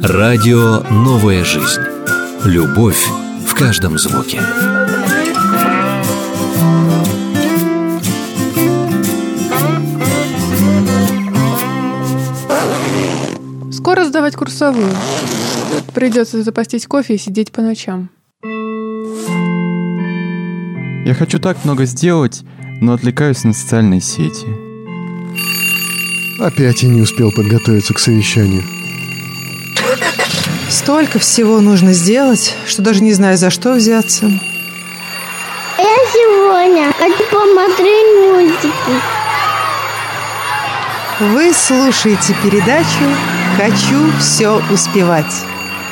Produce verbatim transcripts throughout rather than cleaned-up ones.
Радио «Новая жизнь». Любовь в каждом звуке. Скоро сдавать курсовую. Придется запастись кофе и сидеть по ночам. Я хочу так много сделать, но отвлекаюсь на социальные сети. Опять я не успел подготовиться к совещанию. Столько всего нужно сделать, что даже не знаю, за что взяться. Я сегодня хочу посмотреть мультики. Вы слушаете передачу «Хочу все успевать».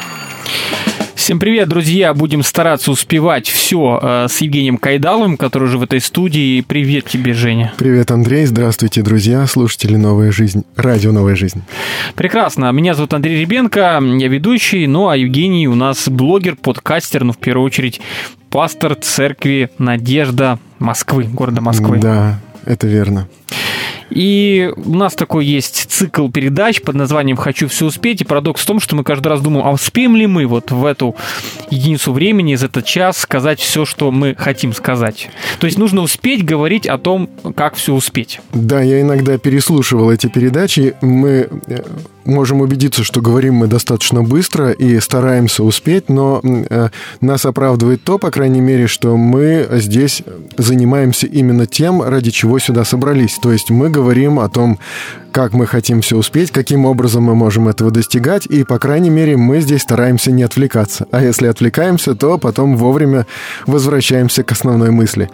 Всем привет, друзья! Будем стараться успевать все э, с Евгением Кайдаловым, который уже в этой студии. Привет тебе, Женя. Привет, Андрей. Здравствуйте, друзья, слушатели «Новая жизнь», радио «Новая жизнь». Прекрасно. Меня зовут Андрей Ребенко, я ведущий, ну а Евгений у нас блогер, подкастер, ну в первую очередь пастор церкви «Надежда» Москвы, города Москвы. Да, это верно. И у нас такой есть цикл передач под названием «Хочу все успеть». И парадокс в том, что мы каждый раз думаем, а успеем ли мы вот в эту единицу времени, за этот час сказать все, что мы хотим сказать. То есть нужно успеть говорить о том, как все успеть. Да, я иногда переслушивал эти передачи. Мы можем убедиться, что говорим мы достаточно быстро и стараемся успеть, но нас оправдывает то, по крайней мере, что мы здесь занимаемся именно тем, ради чего сюда собрались. То есть мы говорим о том, как мы хотим все успеть, каким образом мы можем этого достигать, и, по крайней мере, мы здесь стараемся не отвлекаться. А если отвлекаемся, то потом вовремя возвращаемся к основной мысли.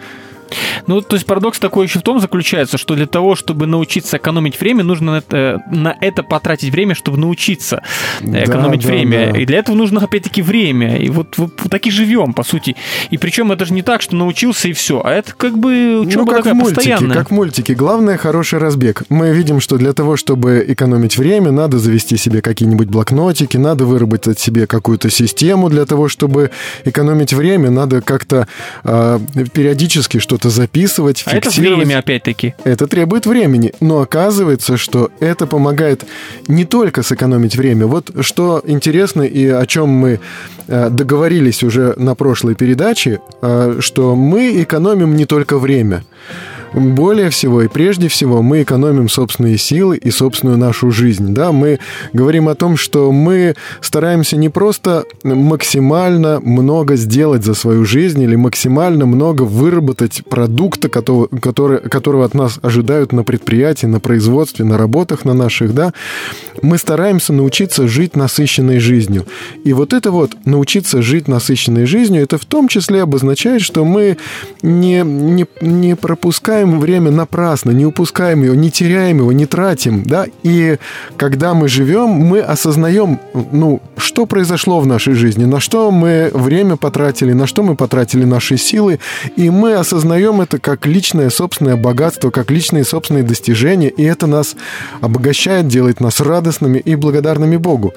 Ну, то есть парадокс такой еще в том заключается, что для того, чтобы научиться экономить время, нужно на это, на это потратить время, чтобы научиться экономить да, время. Да, да. И для этого нужно, опять-таки, время. И вот, вот, вот так и живем, по сути. И причем это же не так, что научился и все, а это как бы учеба ну, как такая в мультике, постоянная. Как в мультике. Главное — хороший разбег. Мы видим, что для того, чтобы экономить время, надо завести себе какие-нибудь блокнотики, надо выработать себе какую-то систему. Для того, чтобы экономить время, надо как-то э, периодически что-то записывать, фиксировать. А это время, опять-таки. Это требует времени. Но оказывается, что это помогает не только сэкономить время. Вот что интересно и о чем мы договорились уже на прошлой передаче, что мы экономим не только время. Более всего и прежде всего мы экономим собственные силы и собственную нашу жизнь. Да? Мы говорим о том, что мы стараемся не просто максимально много сделать за свою жизнь или максимально много выработать продукта, который, который, которого от нас ожидают на предприятии, на производстве, на работах на наших. Да? Мы стараемся научиться жить насыщенной жизнью. И вот это вот научиться жить насыщенной жизнью, это в том числе обозначает, что мы не, не, не пропускаем время напрасно, не упускаем его, не теряем его, не тратим, да, и когда мы живем, мы осознаем, ну, что произошло в нашей жизни, на что мы время потратили, на что мы потратили наши силы, и мы осознаем это как личное собственное богатство, как личные собственные достижения, и это нас обогащает, делает нас радостными и благодарными Богу.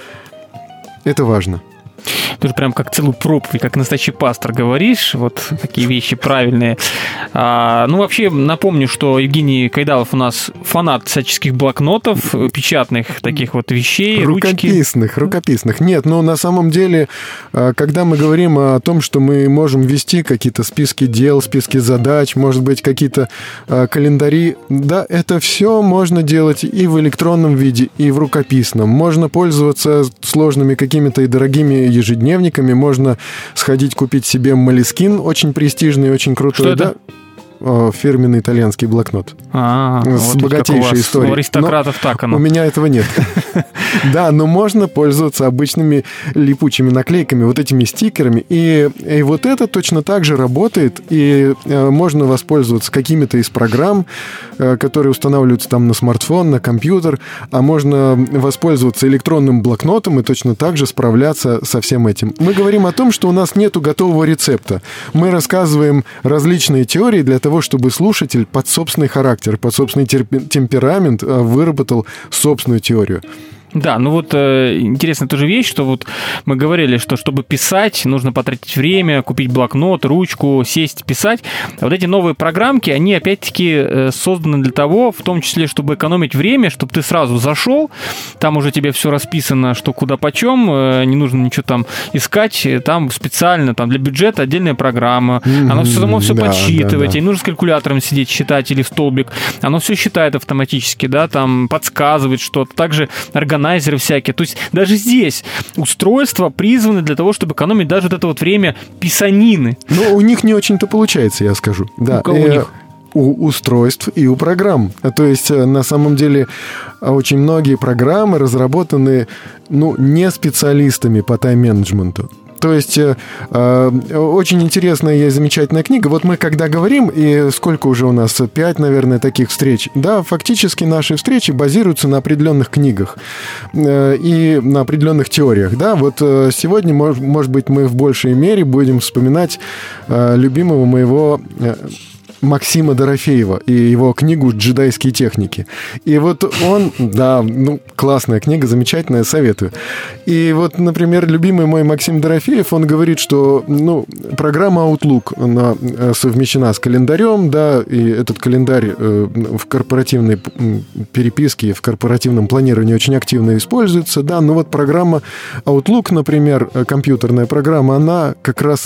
Это важно. Ты же прям как целую проповедь, как настоящий пастор говоришь, вот такие вещи правильные. А, ну, вообще, напомню, что Евгений Кайдалов у нас фанат всяческих блокнотов, печатных таких вот вещей, рукописных, ручки. Рукописных. Нет, ну, на самом деле, когда мы говорим о том, что мы можем вести какие-то списки дел, списки задач, может быть, какие-то календари, да, это все можно делать и в электронном виде, и в рукописном. Можно пользоваться сложными какими-то и дорогими ежедневниками, можно сходить купить себе Moleskine, очень престижный, очень крутой. Что это? Да? Фирменный итальянский блокнот. А, с вот богатейшей историей. У аристократов но так оно. У меня этого нет. Да, но можно пользоваться обычными липучими наклейками, вот этими стикерами. И, и вот это точно так же работает. И э, можно воспользоваться какими-то из программ, э, которые устанавливаются там на смартфон, на компьютер. А можно воспользоваться электронным блокнотом и точно так же справляться со всем этим. Мы говорим о том, что у нас нету готового рецепта. Мы рассказываем различные теории для того, чтобы слушатель под собственный характер, под собственный темперамент выработал собственную теорию. Да, ну вот э, интересная тоже вещь, что вот мы говорили, что чтобы писать, нужно потратить время, купить блокнот, ручку, сесть, писать. А вот эти новые программки, они опять-таки э, созданы для того, в том числе, чтобы экономить время, чтобы ты сразу зашел, там уже тебе все расписано, что куда почем, э, не нужно ничего там искать, там специально там для бюджета отдельная программа, mm-hmm, оно все само все да, подсчитывает, да, да. И нужно с калькулятором сидеть, считать или столбик, оно все считает автоматически, да, там подсказывает что-то, также органайзеры всякие. То есть даже здесь устройства призваны для того, чтобы экономить даже вот это вот время писанины. Но у них не очень-то получается, я скажу. Да. У кого у них? У устройств и у программ. То есть, на самом деле, очень многие программы разработаны, ну, не специалистами по тайм-менеджменту. То есть, э, очень интересная есть замечательная книга. Вот мы когда говорим, и сколько уже у нас, пять, наверное, таких встреч, да, фактически наши встречи базируются на определенных книгах э, и на определенных теориях, да. Вот э, сегодня, мож, может быть, мы в большей мере будем вспоминать э, любимого моего... Э, Максима Дорофеева и его книгу «Джедайские техники». И вот он, да, ну, классная книга, замечательная, советую. И вот, например, любимый мой Максим Дорофеев, он говорит, что, ну, программа Outlook, она совмещена с календарем, да, и этот календарь в корпоративной переписке, в корпоративном планировании очень активно используется, да, но вот программа Outlook, например, компьютерная программа, она как раз...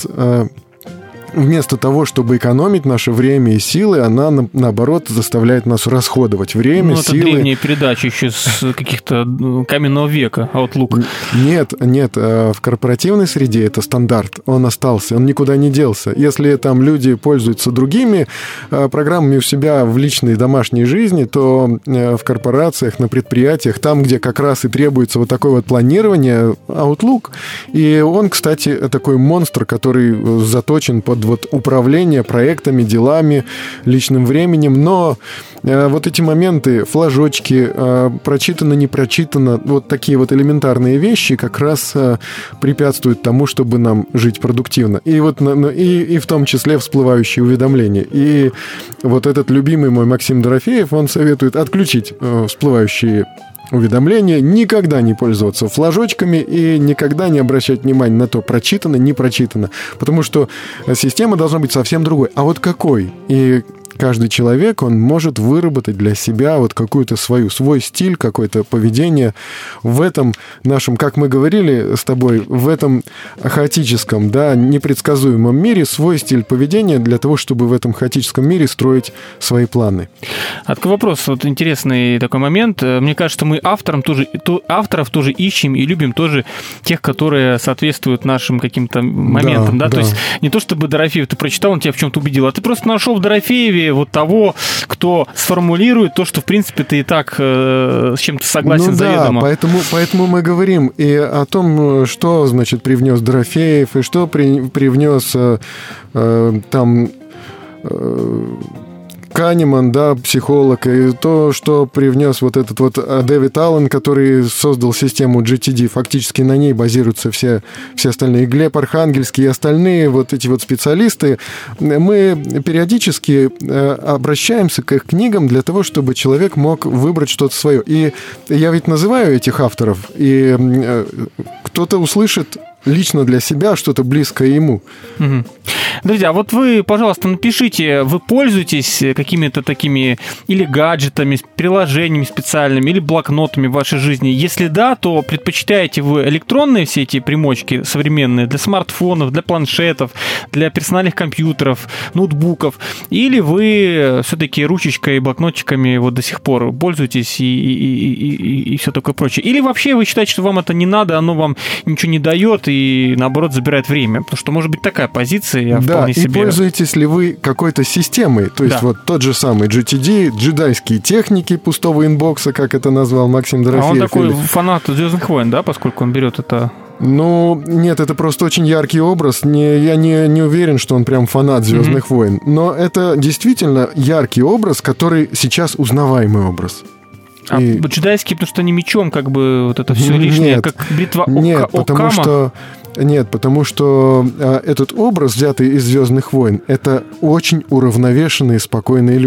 Вместо того, чтобы экономить наше время и силы, она, наоборот, заставляет нас расходовать время, ну, силы. Это древняя передача еще с каких-то каменного века, Outlook. Нет, нет, в корпоративной среде это стандарт, он остался, он никуда не делся. Если там люди пользуются другими программами у себя в личной домашней жизни, то в корпорациях, на предприятиях, там, где как раз и требуется вот такое вот планирование, Outlook, и он, кстати, такой монстр, который заточен под вот управление проектами, делами, личным временем, но э, вот эти моменты, флажочки, э, прочитано, не прочитано, вот такие вот элементарные вещи как раз э, препятствуют тому, чтобы нам жить продуктивно. И вот и, и в том числе всплывающие уведомления. И вот этот любимый мой Максим Дорофеев, он советует отключить э, всплывающие уведомления, никогда не пользоваться флажочками и никогда не обращать внимания на то, прочитано, не прочитано. Потому что система должна быть совсем другой. А вот какой? И каждый человек, он может выработать для себя вот какую-то свою, свой стиль, какое-то поведение в этом нашем, как мы говорили с тобой, в этом хаотическом, да, непредсказуемом мире свой стиль поведения для того, чтобы в этом хаотическом мире строить свои планы. А такой вопрос, вот интересный такой момент. Мне кажется, мы авторам тоже, то, авторов тоже ищем и любим тоже тех, которые соответствуют нашим каким-то моментам, да, да? Да. То есть не то, чтобы Дорофеев ты прочитал, он тебя в чем-то убедил, а ты просто нашел в Дорофееве вот того, кто сформулирует то, что, в принципе, ты и так э, с чем-то согласен, ну, заведомо. Да, поэтому, поэтому мы говорим и о том, что, значит, привнес Дорофеев, и что при, привнес э, э, там... Э, Канеман, да, психолог, и то, что привнес вот этот вот Дэвид Аллен, который создал систему джи ти ди, фактически на ней базируются все, все остальные, Глеб Архангельский и остальные вот эти вот специалисты, мы периодически обращаемся к их книгам для того, чтобы человек мог выбрать что-то свое. И я ведь называю этих авторов, и кто-то услышит лично для себя что-то близкое ему. Угу. Друзья, вот вы, пожалуйста, напишите, вы пользуетесь какими-то такими или гаджетами, приложениями специальными, или блокнотами в вашей жизни? Если да, то предпочитаете вы электронные все эти примочки современные для смартфонов, для планшетов, для персональных компьютеров, ноутбуков, или вы все-таки ручечкой и блокнотчиками вот до сих пор пользуетесь и, и, и, и, и все такое прочее? Или вообще вы считаете, что вам это не надо, оно вам ничего не дает и, наоборот, забирает время? Потому что может быть такая позиция, я да, вполне и себе... пользуетесь ли вы какой-то системой? То есть да. Вот тот же самый джи ти ди, джедайские техники пустого инбокса, как это назвал Максим Дорофеев. А он такой или... фанат «Звездных войн», да, поскольку он берет это... Ну, нет, это просто очень яркий образ. Не, я не, не уверен, что он прям фанат «Звездных mm-hmm. войн». Но это действительно яркий образ, который сейчас узнаваемый образ. А и... джедайские, потому что они мечом, как бы, вот это все лишнее, нет, как бритва Ока- нет, потому Окама. Что... Нет, потому что а, этот образ, взятый из «Звездных войн», это очень уравновешенные, спокойные люди.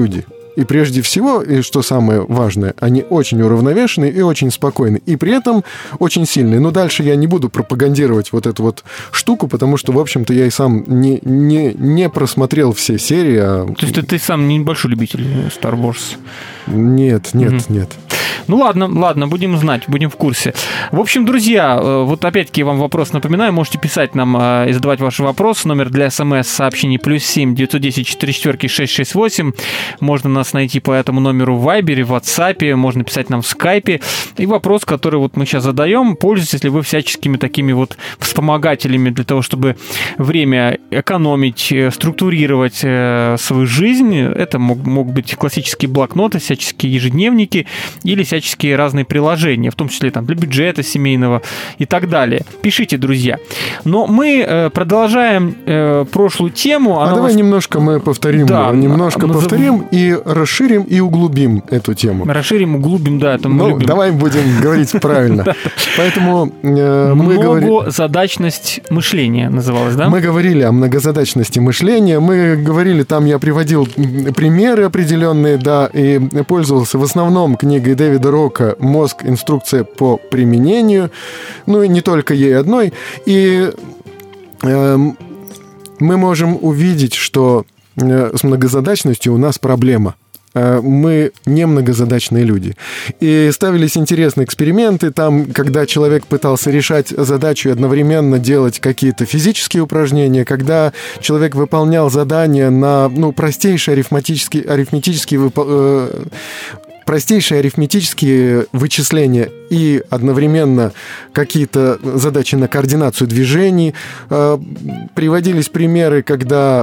И прежде всего, и что самое важное, они очень уравновешенные и очень спокойные. И при этом очень сильные. Но дальше я не буду пропагандировать вот эту вот штуку, потому что, в общем-то, я и сам не, не, не просмотрел все серии. А... То есть ты, ты сам не большой любитель Star Wars? Нет, нет, mm-hmm. нет. Ну ладно, ладно, будем знать, будем в курсе. В общем, друзья, вот опять-таки вам вопрос напоминаю, можете писать нам и задавать ваши вопросы. Номер для смс-сообщений плюс семь девятьсот десять четыре четыре шесть шесть восемь. Можно нас найти по этому номеру в Вайбере, в WhatsApp, можно писать нам в Скайпе. И вопрос, который вот мы сейчас задаем, пользуетесь ли вы всяческими такими вот вспомогателями для того, чтобы время экономить, структурировать свою жизнь. Это мог, могут быть классические блокноты, всяческие ежедневники или всяческие разные приложения, в том числе там, для бюджета семейного и так далее. Пишите, друзья. Но мы э, продолжаем э, прошлую тему. А Она давай вас... немножко мы повторим, да, немножко мы повторим зав... и расширим и углубим эту тему. Расширим, углубим, да, это мы ну, любим. Давай будем говорить правильно. Поэтому мы говорили... Многозадачность мышления называлась, да? Мы говорили о многозадачности мышления. Мы говорили, там я приводил примеры определенные, да, и пользовался в основном книгой Дэвида Рока «Мозг. Инструкция по применению». Ну и не только ей одной. И э, мы можем увидеть, что э, с многозадачностью у нас проблема. Мы не многозадачные люди. И ставились интересные эксперименты, там, когда человек пытался решать задачу и одновременно делать какие-то физические упражнения, когда человек выполнял задания на ну, простейшие арифметические, арифметические выпол... э, простейшие арифметические вычисления и одновременно какие-то задачи на координацию движений. Приводились примеры, когда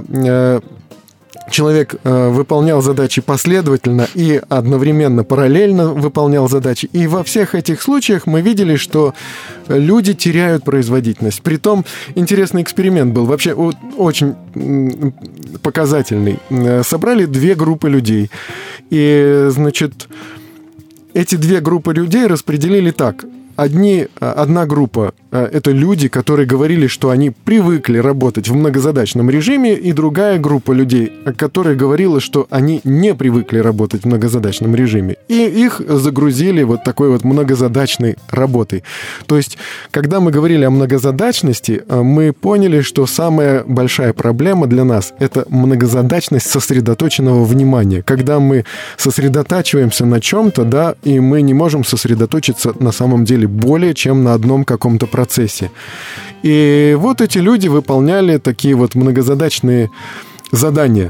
человек э, выполнял задачи последовательно и одновременно параллельно выполнял задачи. И во всех этих случаях мы видели, что люди теряют производительность. Притом интересный эксперимент был, вообще очень показательный. Собрали две группы людей. И, значит, эти две группы людей распределили так. Одни, одна группа – это люди, которые говорили, что они привыкли работать в многозадачном режиме, и другая группа людей, которая говорила, что они не привыкли работать в многозадачном режиме. И их загрузили вот такой вот многозадачной работой. То есть, когда мы говорили о многозадачности, мы поняли, что самая большая проблема для нас – это многозадачность сосредоточенного внимания. Когда мы сосредотачиваемся на чем-то, да, и мы не можем сосредоточиться на самом деле более чем на одном каком-то процессе. И вот эти люди выполняли такие вот многозадачные задания.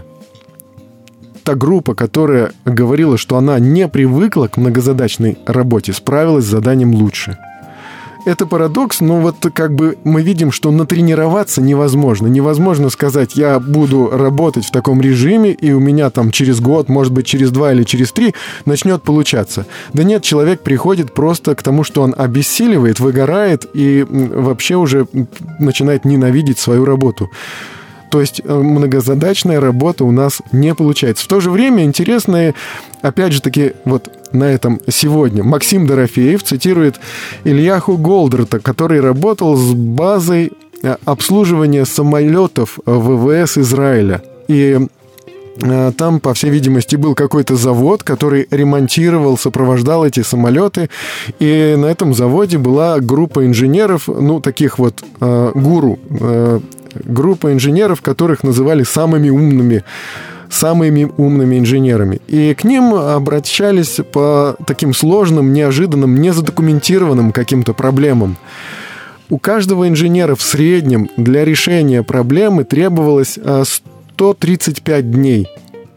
Та группа, которая говорила, что она не привыкла к многозадачной работе, справилась с заданием лучше. Это парадокс, но вот как бы мы видим, что натренироваться невозможно. Невозможно сказать, я буду работать в таком режиме, и у меня там через год, может быть, через два или через три начнет получаться. Да нет, человек приходит просто к тому, что он обессиливает, выгорает и вообще уже начинает ненавидеть свою работу. То есть многозадачная работа у нас не получается. В то же время интересные, опять же таки, вот на этом сегодня Максим Дорофеев цитирует Ильяху Голдрата, который работал с базой обслуживания самолетов ВВС Израиля. И там, по всей видимости, был какой-то завод, который ремонтировал, сопровождал эти самолеты. И на этом заводе была группа инженеров, ну, таких вот э, гуру, э, группа инженеров, которых называли самыми умными, самыми умными инженерами. И к ним обращались по таким сложным, неожиданным, незадокументированным каким-то проблемам. У каждого инженера в среднем для решения проблемы требовалось сто тридцать пять дней.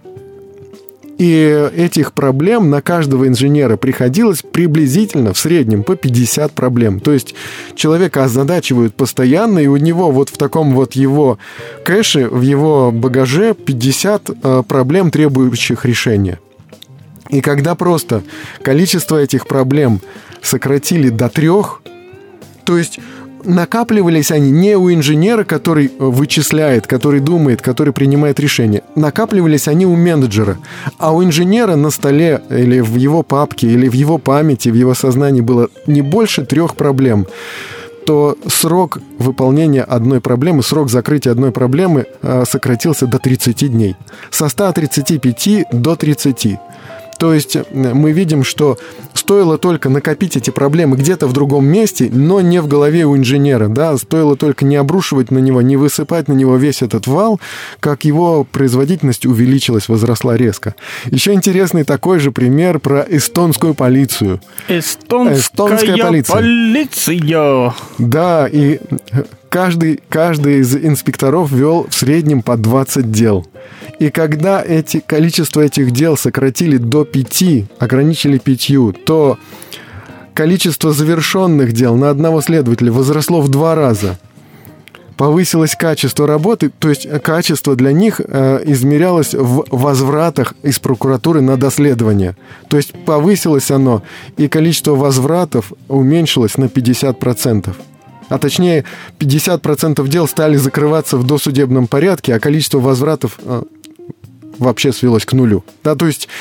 И этих проблем на каждого инженера приходилось приблизительно в среднем по пятьдесят проблем. То есть человека озадачивают постоянно, и у него вот в таком вот его кэше, в его багаже пятьдесят проблем, требующих решения. И когда просто количество этих проблем сократили до трех, то есть накапливались они не у инженера, который вычисляет, который думает, который принимает решения. Накапливались они у менеджера. А у инженера на столе или в его папке, или в его памяти, в его сознании было не больше трех проблем. то срок выполнения одной проблемы, срок закрытия одной проблемы э, сократился до тридцати дней. Со ста тридцати пяти до тридцати. То есть мы видим, что стоило только накопить эти проблемы где-то в другом месте, но не в голове у инженера, да, стоило только не обрушивать на него, не высыпать на него весь этот вал, как его производительность увеличилась, возросла резко. Еще интересный такой же пример про эстонскую полицию. Эстонская, Эстонская полиция. полиция. Да, и каждый, каждый из инспекторов вел в среднем по двадцать дел. И когда эти, количество этих дел сократили до пяти, ограничили пятью, то количество завершенных дел на одного следователя возросло в два раза. Повысилось качество работы, то есть качество для них э, измерялось в возвратах из прокуратуры на доследование. То есть повысилось оно, и количество возвратов уменьшилось на пятьдесят процентов. А точнее, пятьдесят процентов дел стали закрываться в досудебном порядке, а количество возвратов э, вообще свелось к нулю. Да, то есть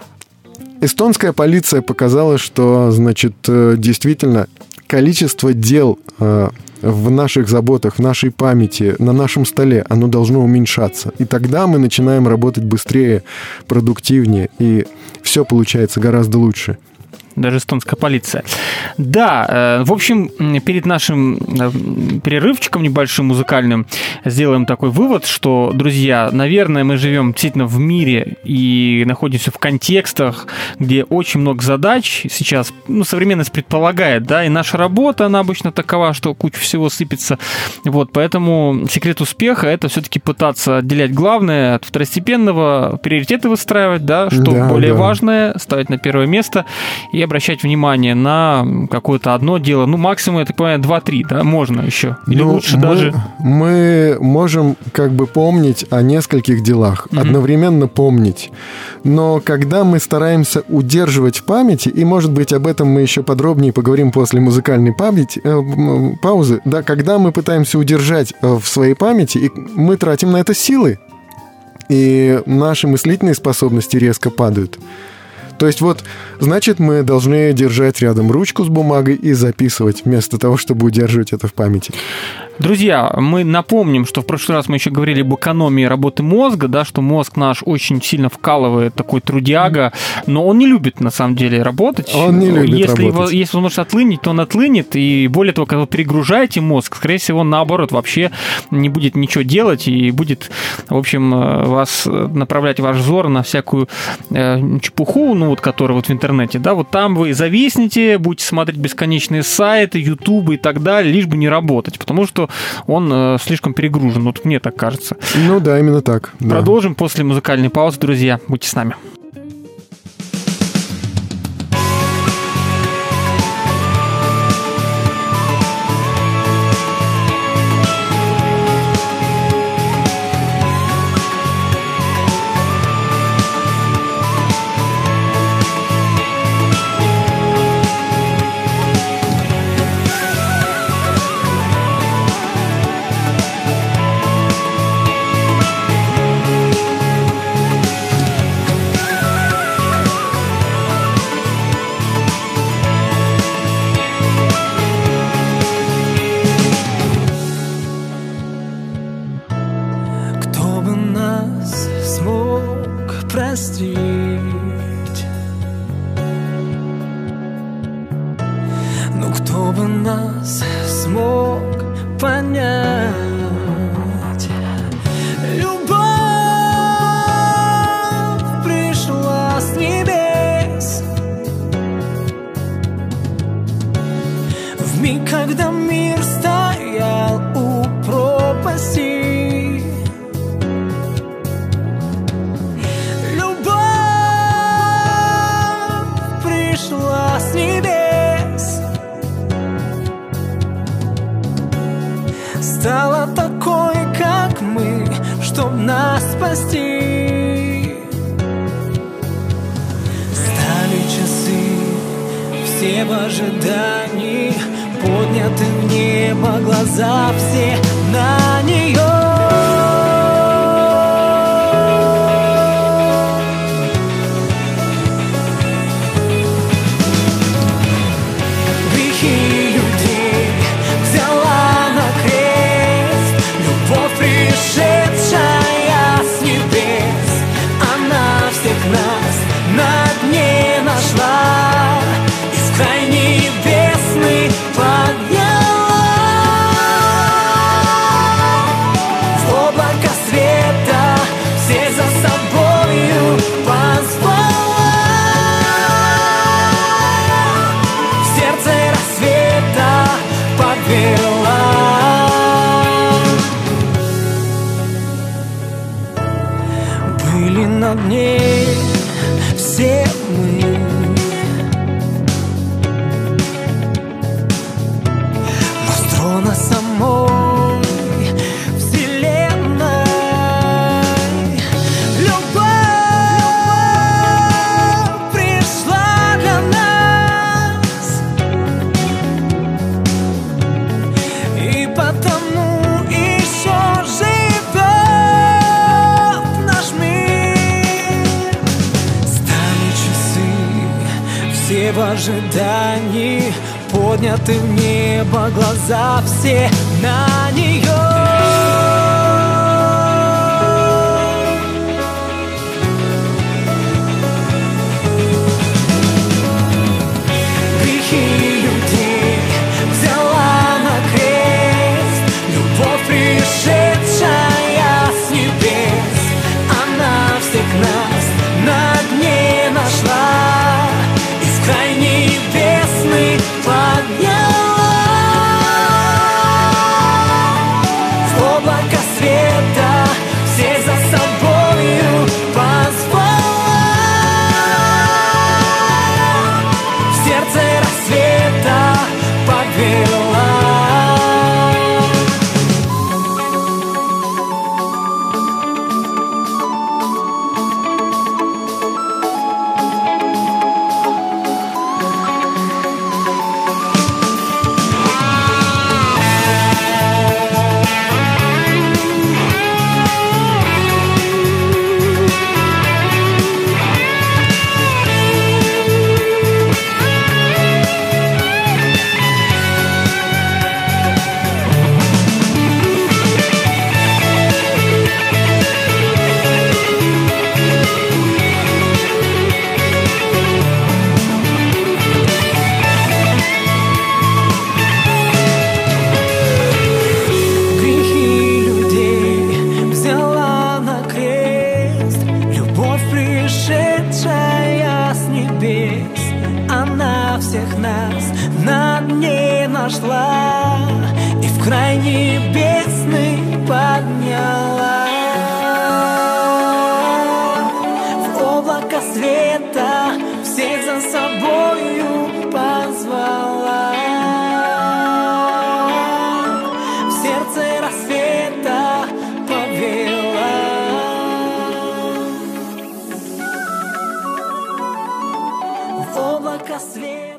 эстонская полиция показала, что, значит, э, действительно количество дел э, в наших заботах, в нашей памяти, на нашем столе, оно должно уменьшаться. И тогда мы начинаем работать быстрее, продуктивнее, и все получается гораздо лучше. Даже эстонская полиция. Да, в общем, перед нашим перерывчиком небольшим музыкальным сделаем такой вывод, что, друзья, наверное, мы живем действительно в мире и находимся в контекстах, где очень много задач сейчас, ну, современность предполагает, да, и наша работа, она обычно такова, что куча всего сыпется. Вот, поэтому секрет успеха — это все-таки пытаться отделять главное от второстепенного, приоритеты выстраивать, да, что да, более да. важное, ставить на первое место и обращать внимание на какое-то одно дело. Ну, максимум, я так понимаю, два-три, да, можно еще. Или ну, лучше мы, даже... Мы можем как бы помнить о нескольких делах, mm-hmm. одновременно помнить. Но когда мы стараемся удерживать в памяти, и, может быть, об этом мы еще подробнее поговорим после музыкальной памяти, э, паузы, да, когда мы пытаемся удержать в своей памяти, и мы тратим на это силы, и наши мыслительные способности резко падают. То есть вот, значит, мы должны держать рядом ручку с бумагой и записывать, вместо того, чтобы удерживать это в памяти. Друзья, мы напомним, что в прошлый раз мы еще говорили об экономии работы мозга, да, что мозг наш очень сильно вкалывает, такой трудяга, но он не любит, на самом деле, работать. Он не любит если работать. Его, если он может отлынить, то он отлынет, и более того, когда вы перегружаете мозг, скорее всего, он, наоборот, вообще не будет ничего делать и будет, в общем, вас направлять ваш взор на всякую э, чепуху, ну, вот, которая вот в интернете, да, вот там вы зависнете, будете смотреть бесконечные сайты, ютубы и так далее, лишь бы не работать, потому что он э, слишком перегружен, вот мне так кажется. Ну да, именно так. Продолжим да. после музыкальной паузы, друзья. Будьте с нами. Стала такой, как мы, чтоб нас спасти. Стали часы, все в ожидании, подняты в небо глаза все на нее. Грехи людей взял ожиданий, подняты в небо глаза все на нее. Пришедшая с небес, она всех нас на дне нашла и в край небесный подняла. В облако света всех за собою позвала, в сердце рассвета повела. И в край небесный подняла, в облако света всех за собою позвала, в сердце рассвета повела. В облако света.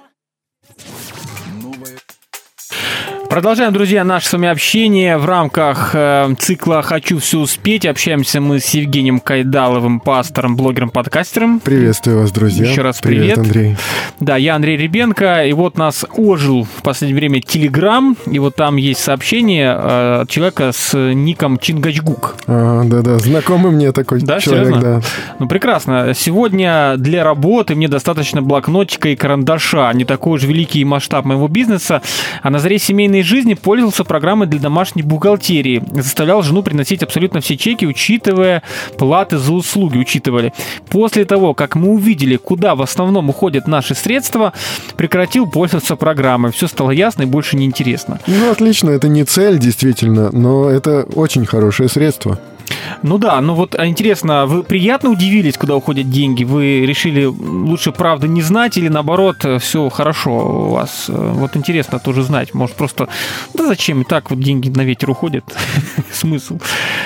Продолжаем, друзья, наше с вами общение в рамках э, цикла «Хочу все успеть». Общаемся мы с Евгением Кайдаловым, пастором, блогером, подкастером. Приветствую вас, друзья. Еще раз привет. Привет, Андрей. Да, я Андрей Ребенко, и вот нас ожил в последнее время Телеграм, и вот там есть сообщение э, от человека с ником Чингачгук. А, да-да, знакомый мне такой да, человек, серьезно? да. Ну, прекрасно. Сегодня для работы мне достаточно блокнотика и карандаша. Не такой уж великий масштаб моего бизнеса. А на заре семейной жизни пользовался программой для домашней бухгалтерии. Заставлял жену приносить абсолютно все чеки, учитывая платы за услуги, учитывали. После того, как мы увидели, куда в основном уходят наши средства, прекратил пользоваться программой. Все стало ясно и больше не интересно. Ну, отлично, это не цель, действительно, но это очень хорошее средство. Ну да, ну вот интересно, вы приятно удивились, куда уходят деньги? Вы решили лучше правды не знать или наоборот все хорошо у вас? Вот интересно тоже знать. Может просто, да зачем, и так вот деньги на ветер уходят. Смысл.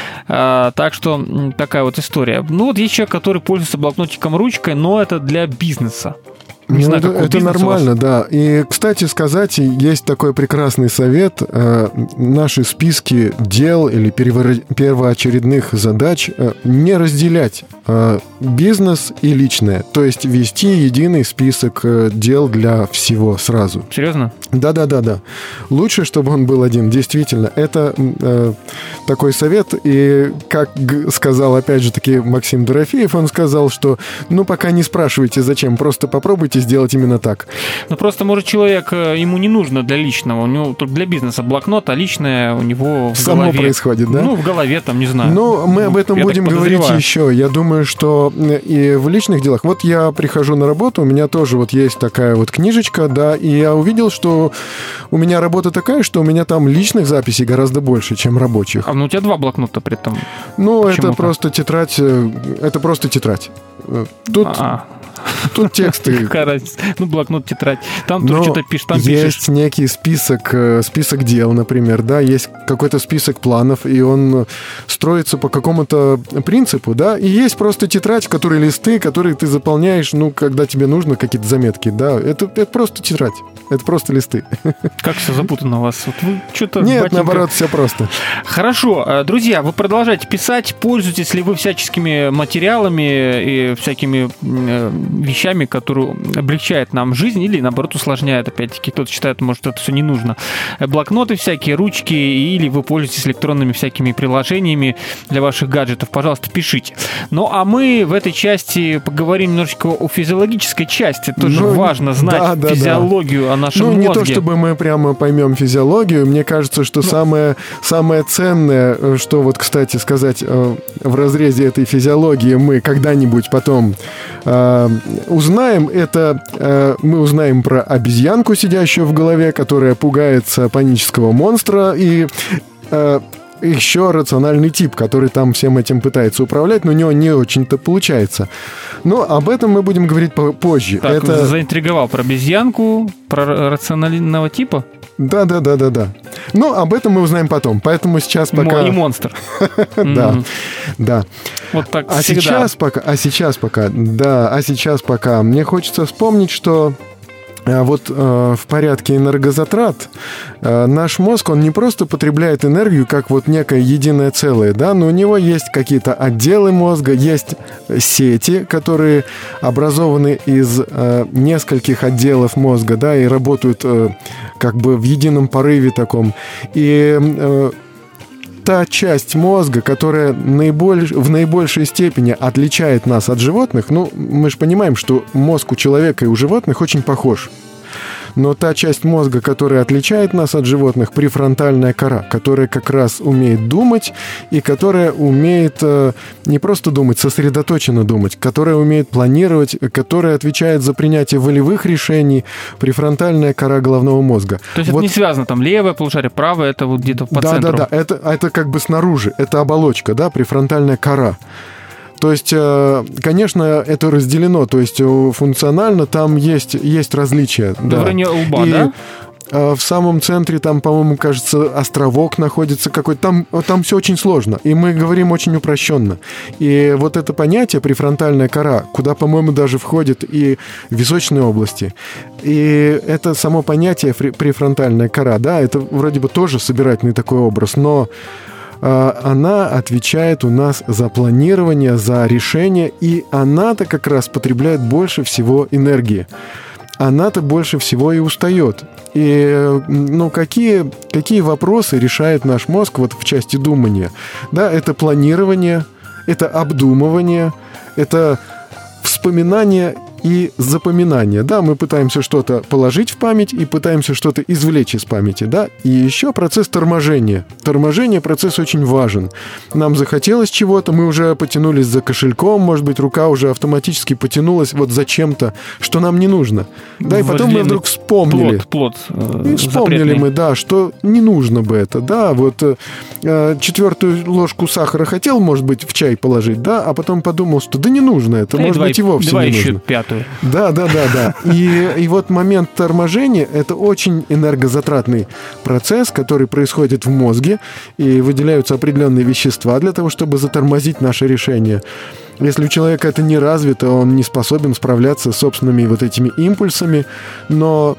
А, так что такая вот история. Ну вот есть человек, который пользуется блокнотиком ручкой, но это для бизнеса. Не ну, знаю, это это нормально, да. И, кстати сказать, есть такой прекрасный совет. Э, наши списки дел или перевор... первоочередных задач э, не разделять э, бизнес и личное. То есть вести единый список э, дел для всего сразу. Серьезно? Да-да-да-да. Лучше, чтобы он был один. Действительно, это э, такой совет. И, как сказал, опять же таки, Максим Дорофеев, он сказал, что, ну, пока не спрашивайте, зачем, просто попробуйте сделать именно так. Ну, просто, может, человек, ему не нужно для личного, у него только для бизнеса блокнот, а личное у него в Само голове. происходит, да? Ну, в голове, там, не знаю. Ну, мы об этом я будем говорить еще. Я думаю, что и в личных делах. Вот я прихожу на работу, у меня тоже вот есть такая вот книжечка, да, и я увидел, что у меня работа такая, что у меня там личных записей гораздо больше, чем рабочих. А ну у тебя два блокнота при этом. Ну, Почему-то? это просто тетрадь, это просто тетрадь. Тут... А-а. Тут тексты. Какая разница? Ну, блокнот, тетрадь. Там тоже что-то пишешь, там пишешь. Есть некий список, список дел, например, да, есть какой-то список планов, и он строится по какому-то принципу, да, и есть просто тетрадь, в которой листы, которые ты заполняешь, ну, когда тебе нужно, какие-то заметки, да, это, это просто тетрадь, это просто листы. Как все запутано у вас? Вот вы что-то Нет, батенька... наоборот, все просто. Хорошо, друзья, вы продолжаете писать, пользуетесь ли вы всяческими материалами и всякими вещами, которые облегчают нам жизнь или, наоборот, усложняют, опять-таки. Кто-то считает, может, это все не нужно. Блокноты всякие, ручки, или вы пользуетесь электронными всякими приложениями для ваших гаджетов, пожалуйста, пишите. Ну, а мы в этой части поговорим немножечко о физиологической части. Тоже ну, важно знать да, да, физиологию да. о нашем ну, мозге. Не то, чтобы мы прямо поймем физиологию. Мне кажется, что ну, самое, самое ценное, что вот, кстати сказать, в разрезе этой физиологии мы когда-нибудь потом э, узнаем, это э, мы узнаем про обезьянку, сидящую в голове, которая пугается панического монстра, и э, еще рациональный тип, который там всем этим пытается управлять, но у него не очень-то получается. Но об этом мы будем говорить позже. Так, это... заинтриговал про обезьянку, про рационального типа? Да, да, да, да, да. Но об этом мы узнаем потом. Поэтому сейчас пока... И монстр. Да, да. Вот так а всегда. Сейчас пока, а сейчас пока, да, а сейчас пока мне хочется вспомнить, что вот э, в порядке энергозатрат э, наш мозг, он не просто потребляет энергию как вот некое единое целое, да, но у него есть какие-то отделы мозга, есть сети, которые образованы из э, нескольких отделов мозга, да, и работают э, как бы в едином порыве таком. И э, та часть мозга, которая наиболь, в наибольшей степени отличает нас от животных, ну, мы же понимаем, что мозг у человека и у животных очень похож. Но та часть мозга, которая отличает нас от животных, префронтальная кора, которая как раз умеет думать и которая умеет э, не просто думать, сосредоточенно думать, которая умеет планировать, которая отвечает за принятие волевых решений, префронтальная кора головного мозга. То есть вот. Это не связано, там левое полушарие, правое, это вот где-то по да, центру? Да-да-да, это, это как бы снаружи, это оболочка, да, префронтальная кора. То есть, конечно, это разделено, то есть функционально там есть, есть различия. Да, в районе лба, и да? В самом центре там, по-моему, кажется, островок находится какой-то. Там, там все очень сложно, и мы говорим очень упрощенно. И вот это понятие префронтальная кора, куда, по-моему, даже входит и височные области. И это само понятие префронтальная кора, да, это вроде бы тоже собирательный такой образ, но она отвечает у нас за планирование, за решение, и она-то как раз потребляет больше всего энергии. Она-то больше всего и устает. И, ну, какие, какие вопросы решает наш мозг вот в части думания? Да, это планирование, это обдумывание, это вспоминание и запоминание. Да, мы пытаемся что-то положить в память и пытаемся что-то извлечь из памяти, да. И еще процесс торможения. Торможение — процесс очень важен. Нам захотелось чего-то, мы уже потянулись за кошельком, может быть, рука уже автоматически потянулась вот за чем-то, что нам не нужно. Да, и потом мы вдруг вспомнили. Плод, плод, и вспомнили запретный. Мы, да, что не нужно бы это, да, вот э, четвертую ложку сахара хотел, может быть, в чай положить, да, а потом подумал, что да не нужно это, да, может быть, и вовсе не нужно. Пятую. Да, да, да, да. И, и вот момент торможения — это очень энергозатратный процесс, который происходит в мозге, и выделяются определенные вещества для того, чтобы затормозить наше решение. Если у человека это не развито, он не способен справляться с собственными вот этими импульсами, но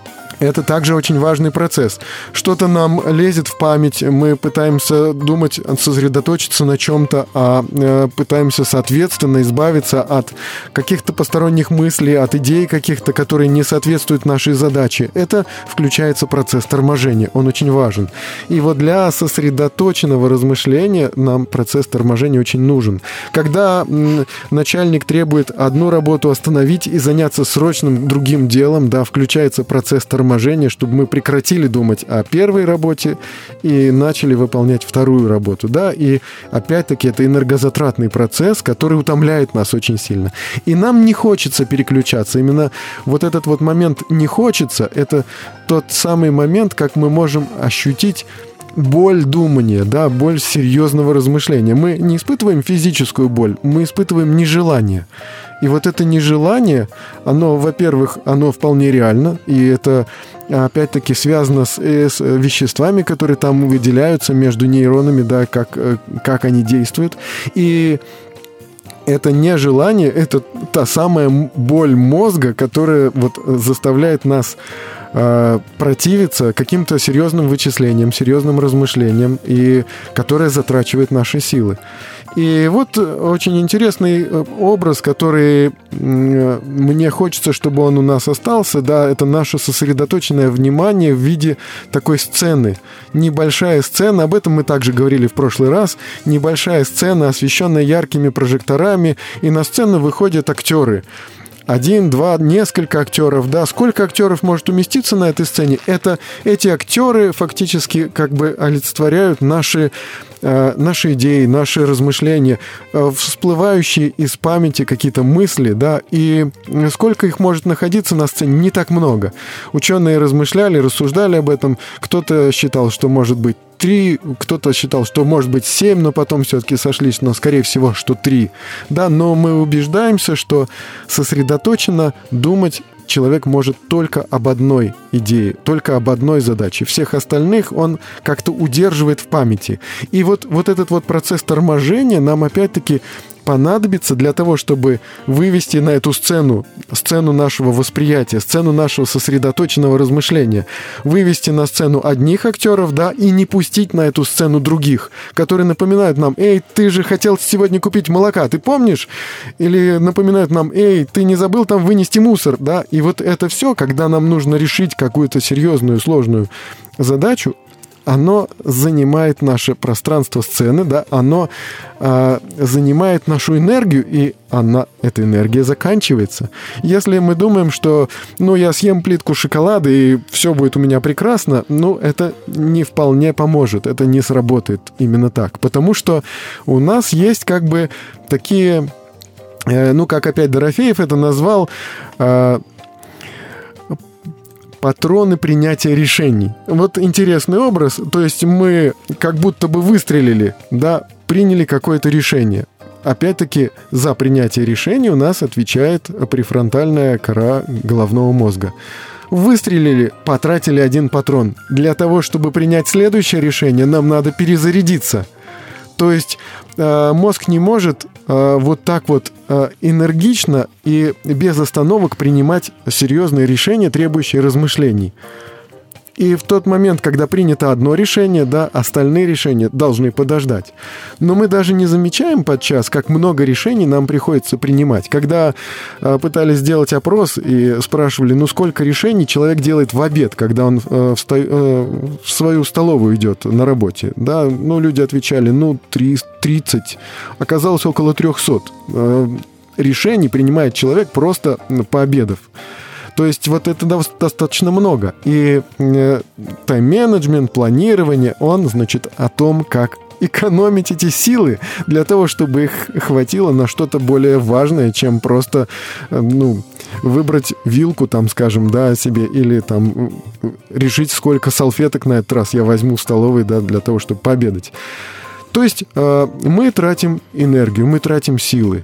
это также очень важный процесс. Что-то нам лезет в память, мы пытаемся думать, сосредоточиться на чем-то, а э, пытаемся, соответственно, избавиться от каких-то посторонних мыслей, от идей каких-то, которые не соответствуют нашей задаче. Это включается процесс торможения, он очень важен. И вот для сосредоточенного размышления нам процесс торможения очень нужен. Когда м, начальник требует одну работу остановить и заняться срочным другим делом, да, включается процесс торможения, чтобы мы прекратили думать о первой работе и начали выполнять вторую работу, да, и опять-таки это энергозатратный процесс, который утомляет нас очень сильно. И нам не хочется переключаться. Именно вот этот вот момент «не хочется» — это тот самый момент, как мы можем ощутить боль думания, да, боль серьезного размышления. Мы не испытываем физическую боль, мы испытываем нежелание. И вот это нежелание, оно, во-первых, оно вполне реально, и это, опять-таки, связано с, с веществами, которые там выделяются между нейронами, да, как, как они действуют. И это нежелание, это та самая боль мозга, которая вот заставляет нас э, противиться каким-то серьезным вычислениям, серьезным размышлениям, и которая затрачивает наши силы. И вот очень интересный образ, который мне хочется, чтобы он у нас остался, да, это наше сосредоточенное внимание в виде такой сцены. Небольшая сцена, об этом мы также говорили в прошлый раз, небольшая сцена, освещенная яркими прожекторами, и на сцену выходят актеры. Один, два, несколько актеров, да. Сколько актеров может уместиться на этой сцене? Это эти актеры фактически как бы олицетворяют наши, э, наши идеи, наши размышления, э, всплывающие из памяти какие-то мысли, да. И сколько их может находиться на сцене? Не так много. Ученые размышляли, рассуждали об этом. Кто-то считал, что может быть три, кто-то считал, что может быть семь, но потом все-таки сошлись, но скорее всего, что три. Да, но мы убеждаемся, что сосредоточенно думать человек может только об одной идее, только об одной задаче. Всех остальных он как-то удерживает в памяти. И вот, вот этот вот процесс торможения нам опять-таки понадобится для того, чтобы вывести на эту сцену, сцену нашего восприятия, сцену нашего сосредоточенного размышления, вывести на сцену одних актеров, да, и не пустить на эту сцену других, которые напоминают нам: «Эй, ты же хотел сегодня купить молока, ты помнишь?» Или напоминают нам: «Эй, ты не забыл там вынести мусор», да? И вот это все, когда нам нужно решить какую-то серьезную, сложную задачу, оно занимает наше пространство сцены, да, оно э, занимает нашу энергию, и она, эта энергия заканчивается. Если мы думаем, что, ну, я съем плитку шоколада, и все будет у меня прекрасно, ну, это не вполне поможет, это не сработает именно так, потому что у нас есть как бы такие, э, ну, как опять Дорофеев это назвал, э, патроны принятия решений. Вот интересный образ. То есть мы как будто бы выстрелили, да, приняли какое-то решение. Опять-таки, за принятие решения у нас отвечает префронтальная кора головного мозга. Выстрелили, потратили один патрон. Для того, чтобы принять следующее решение, нам надо перезарядиться. То есть э, мозг не может э, вот так вот э, энергично и без остановок принимать серьезные решения, требующие размышлений. И в тот момент, когда принято одно решение, да, остальные решения должны подождать. Но мы даже не замечаем подчас, как много решений нам приходится принимать. Когда э, пытались сделать опрос и спрашивали, ну сколько решений человек делает в обед, когда он э, в, сто... э, в свою столовую идет на работе, да, ну люди отвечали, ну тридцать, оказалось около трехсот э, решений принимает человек просто пообедав. То есть вот это достаточно много. И э, тайм-менеджмент, планирование, он, значит, о том, как экономить эти силы для того, чтобы их хватило на что-то более важное, чем просто, э, ну, выбрать вилку, там, скажем, да, себе, или там решить, сколько салфеток на этот раз я возьму в столовой, да, для того, чтобы пообедать. То есть э, мы тратим энергию, мы тратим силы.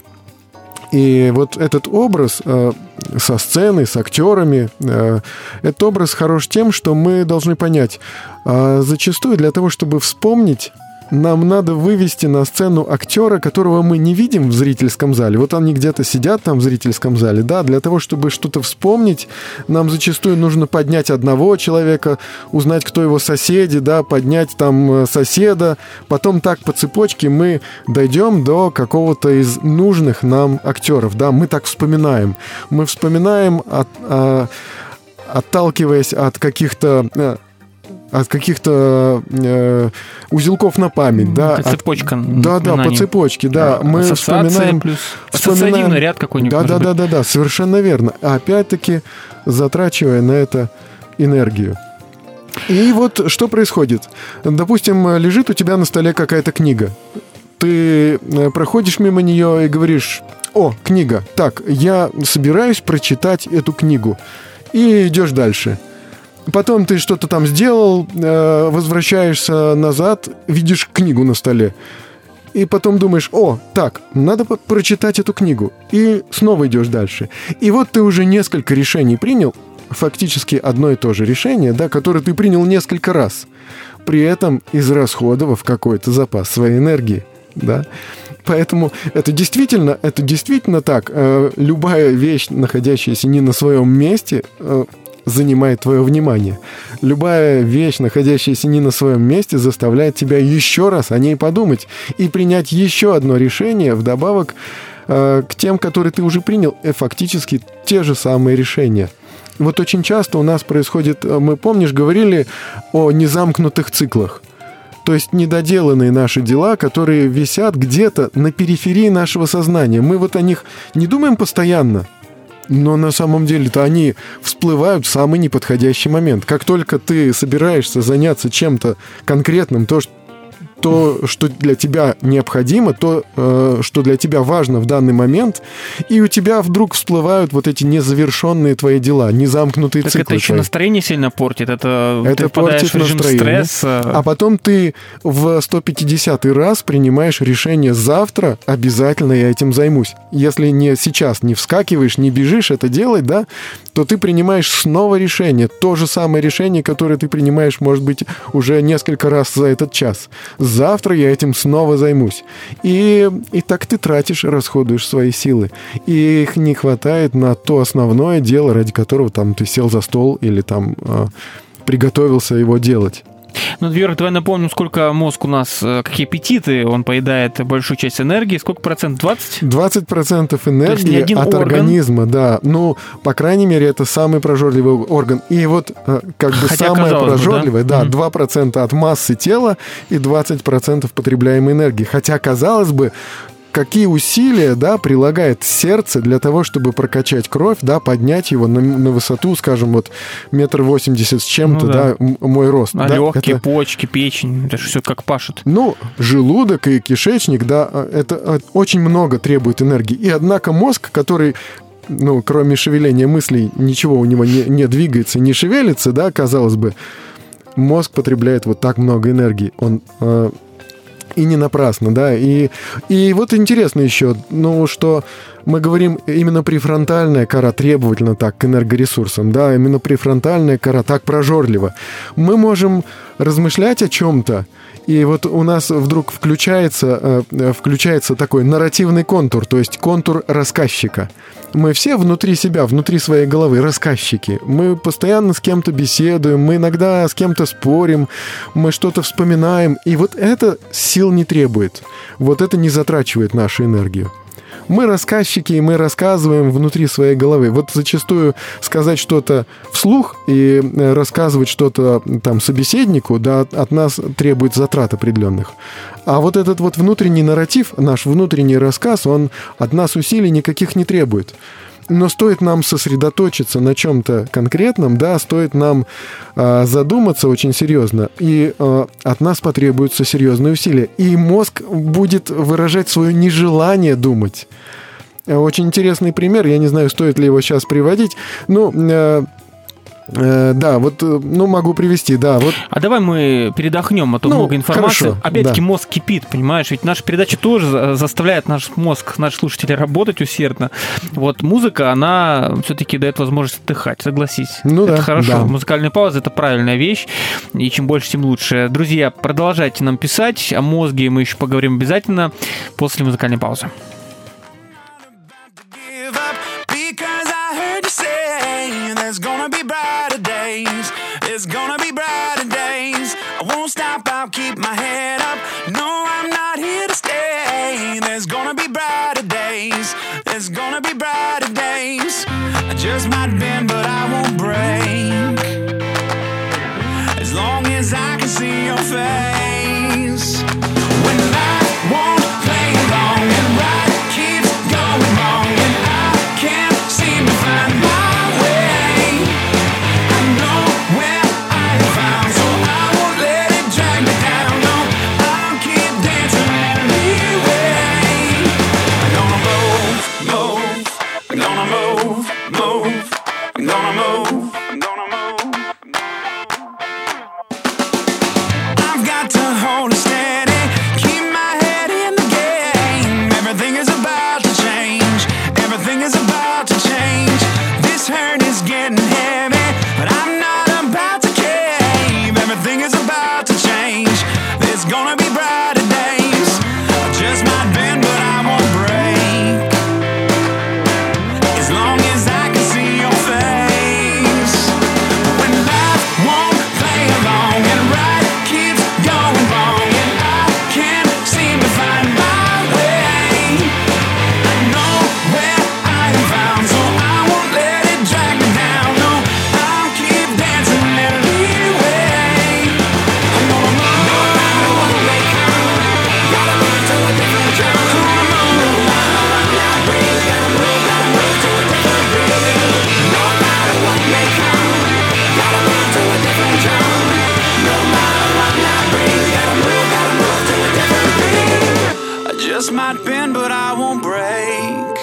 И вот этот образ э, со сценой, с актерами, э, этот образ хорош тем, что мы должны понять, э, зачастую для того, чтобы вспомнить, нам надо вывести на сцену актера, которого мы не видим в зрительском зале. Вот они где-то сидят там в зрительском зале, да, для того, чтобы что-то вспомнить, нам зачастую нужно поднять одного человека, узнать, кто его соседи, да, поднять там соседа, потом так по цепочке мы дойдем до какого-то из нужных нам актеров, да, мы так вспоминаем. Мы вспоминаем, от, а, отталкиваясь от каких-то... от каких-то э, узелков на память, да. Это цепочка. От, да, да, по цепочке, да. Мы вспоминаем... плюс ассоциативный ряд какой-нибудь. Да, да, да, да, да, совершенно верно. А опять-таки, затрачивая на это энергию. И вот что происходит. Допустим, лежит у тебя на столе какая-то книга. Ты проходишь мимо нее и говоришь: «О, книга, так, я собираюсь прочитать эту книгу». И идешь дальше. Потом ты что-то там сделал, возвращаешься назад, видишь книгу на столе. И потом думаешь: о, так, надо прочитать эту книгу. И снова идешь дальше. И вот ты уже несколько решений принял, фактически одно и то же решение, да, которое ты принял несколько раз, при этом израсходовав какой-то запас своей энергии, да. Поэтому это действительно, это действительно так. Любая вещь, находящаяся не на своем месте, занимает твое внимание. Любая вещь, находящаяся не на своем месте, заставляет тебя еще раз о ней подумать и принять еще одно решение вдобавок э, к тем, которые ты уже принял, и фактически те же самые решения. Вот очень часто у нас происходит, мы, помнишь, говорили о незамкнутых циклах. То есть недоделанные наши дела, которые висят где-то на периферии нашего сознания. Мы вот о них не думаем постоянно, но на самом деле-то они всплывают в самый неподходящий момент. Как только ты собираешься заняться чем-то конкретным, то, что то, что для тебя необходимо, то, э, что для тебя важно в данный момент, и у тебя вдруг всплывают вот эти незавершенные твои дела, незамкнутые так циклы. Это еще твои. Настроение сильно портит, это, это ты впадаешь в режим стресса. А потом ты в сто пятидесятый раз принимаешь решение: завтра обязательно я этим займусь. Если не сейчас не вскакиваешь, не бежишь это делать, да, то ты принимаешь снова решение, то же самое решение, которое ты принимаешь, может быть, уже несколько раз за этот час. Завтра я этим снова займусь. И, и так ты тратишь, расходуешь свои силы. И их не хватает на то основное дело, ради которого там ты сел за стол или там э, приготовился его делать. Ну, Вера, давай напомним, сколько мозг у нас, какие аппетиты, он поедает большую часть энергии. Сколько процентов? двадцать? двадцать процентов энергии от орган. организма, да. Ну, по крайней мере, это самый прожорливый орган. И вот как бы Хотя, самое прожорливое, бы, да, да, два процента от массы тела и двадцать процентов потребляемой энергии. Хотя, казалось бы, какие усилия, да, прилагает сердце для того, чтобы прокачать кровь, да, поднять его на, на высоту, скажем, вот метр восемьдесят с чем-то, ну, да. да, м- мой рост. А да, легкие, это... почки, печень, это же все как пашет. Ну, желудок и кишечник, да, это очень много требует энергии. И однако мозг, который, ну, кроме шевеления мыслей, ничего у него не, не двигается, не шевелится, да, казалось бы, мозг потребляет вот так много энергии. Он... Э- И не напрасно, да. И, и вот интересно еще, ну, что мы говорим, именно префронтальная кора требовательна так к энергоресурсам, да, именно префронтальная кора так прожорлива. Мы можем размышлять о чем-то, и вот у нас вдруг включается, включается такой нарративный контур, то есть контур рассказчика. Мы все внутри себя, внутри своей головы рассказчики. Мы постоянно с кем-то беседуем, мы иногда с кем-то спорим, мы что-то вспоминаем, и вот это сил не требует, вот это не затрачивает нашу энергию. Мы рассказчики, и мы рассказываем внутри своей головы. Вот зачастую сказать что-то вслух и рассказывать что-то там собеседнику, да, от нас требует затрат определенных. А вот этот вот внутренний нарратив, наш внутренний рассказ, он от нас усилий никаких не требует. Но стоит нам сосредоточиться на чем-то конкретном, да, стоит нам э, задуматься очень серьезно, и э, от нас потребуются серьезные усилия. И мозг будет выражать свое нежелание думать. Очень интересный пример, я не знаю, стоит ли его сейчас приводить. Ну, э, э, да, вот, ну, могу привести, да. Вот. А давай мы передохнем, а то ну, много информации. Хорошо, Опять-таки да. Мозг кипит, понимаешь? Ведь наша передача тоже заставляет наш мозг, наших слушателей работать усердно. Вот музыка, она все-таки дает возможность отдыхать, согласись. Ну, это да, хорошо. Да. Музыкальная пауза — это правильная вещь, и чем больше, тем лучше. Друзья, продолжайте нам писать. О мозге мы еще поговорим обязательно после музыкальной паузы. There's gonna be brighter days. There's gonna be brighter days. I won't stop, I'll keep my head up. No, I'm not here to stay. There's gonna be brighter days. There's gonna be brighter days. I just might bend, but I won't break. As long as I can see your face. When life won't play along and right keeps going wrong and I can't seem to find my might bend, but I won't break.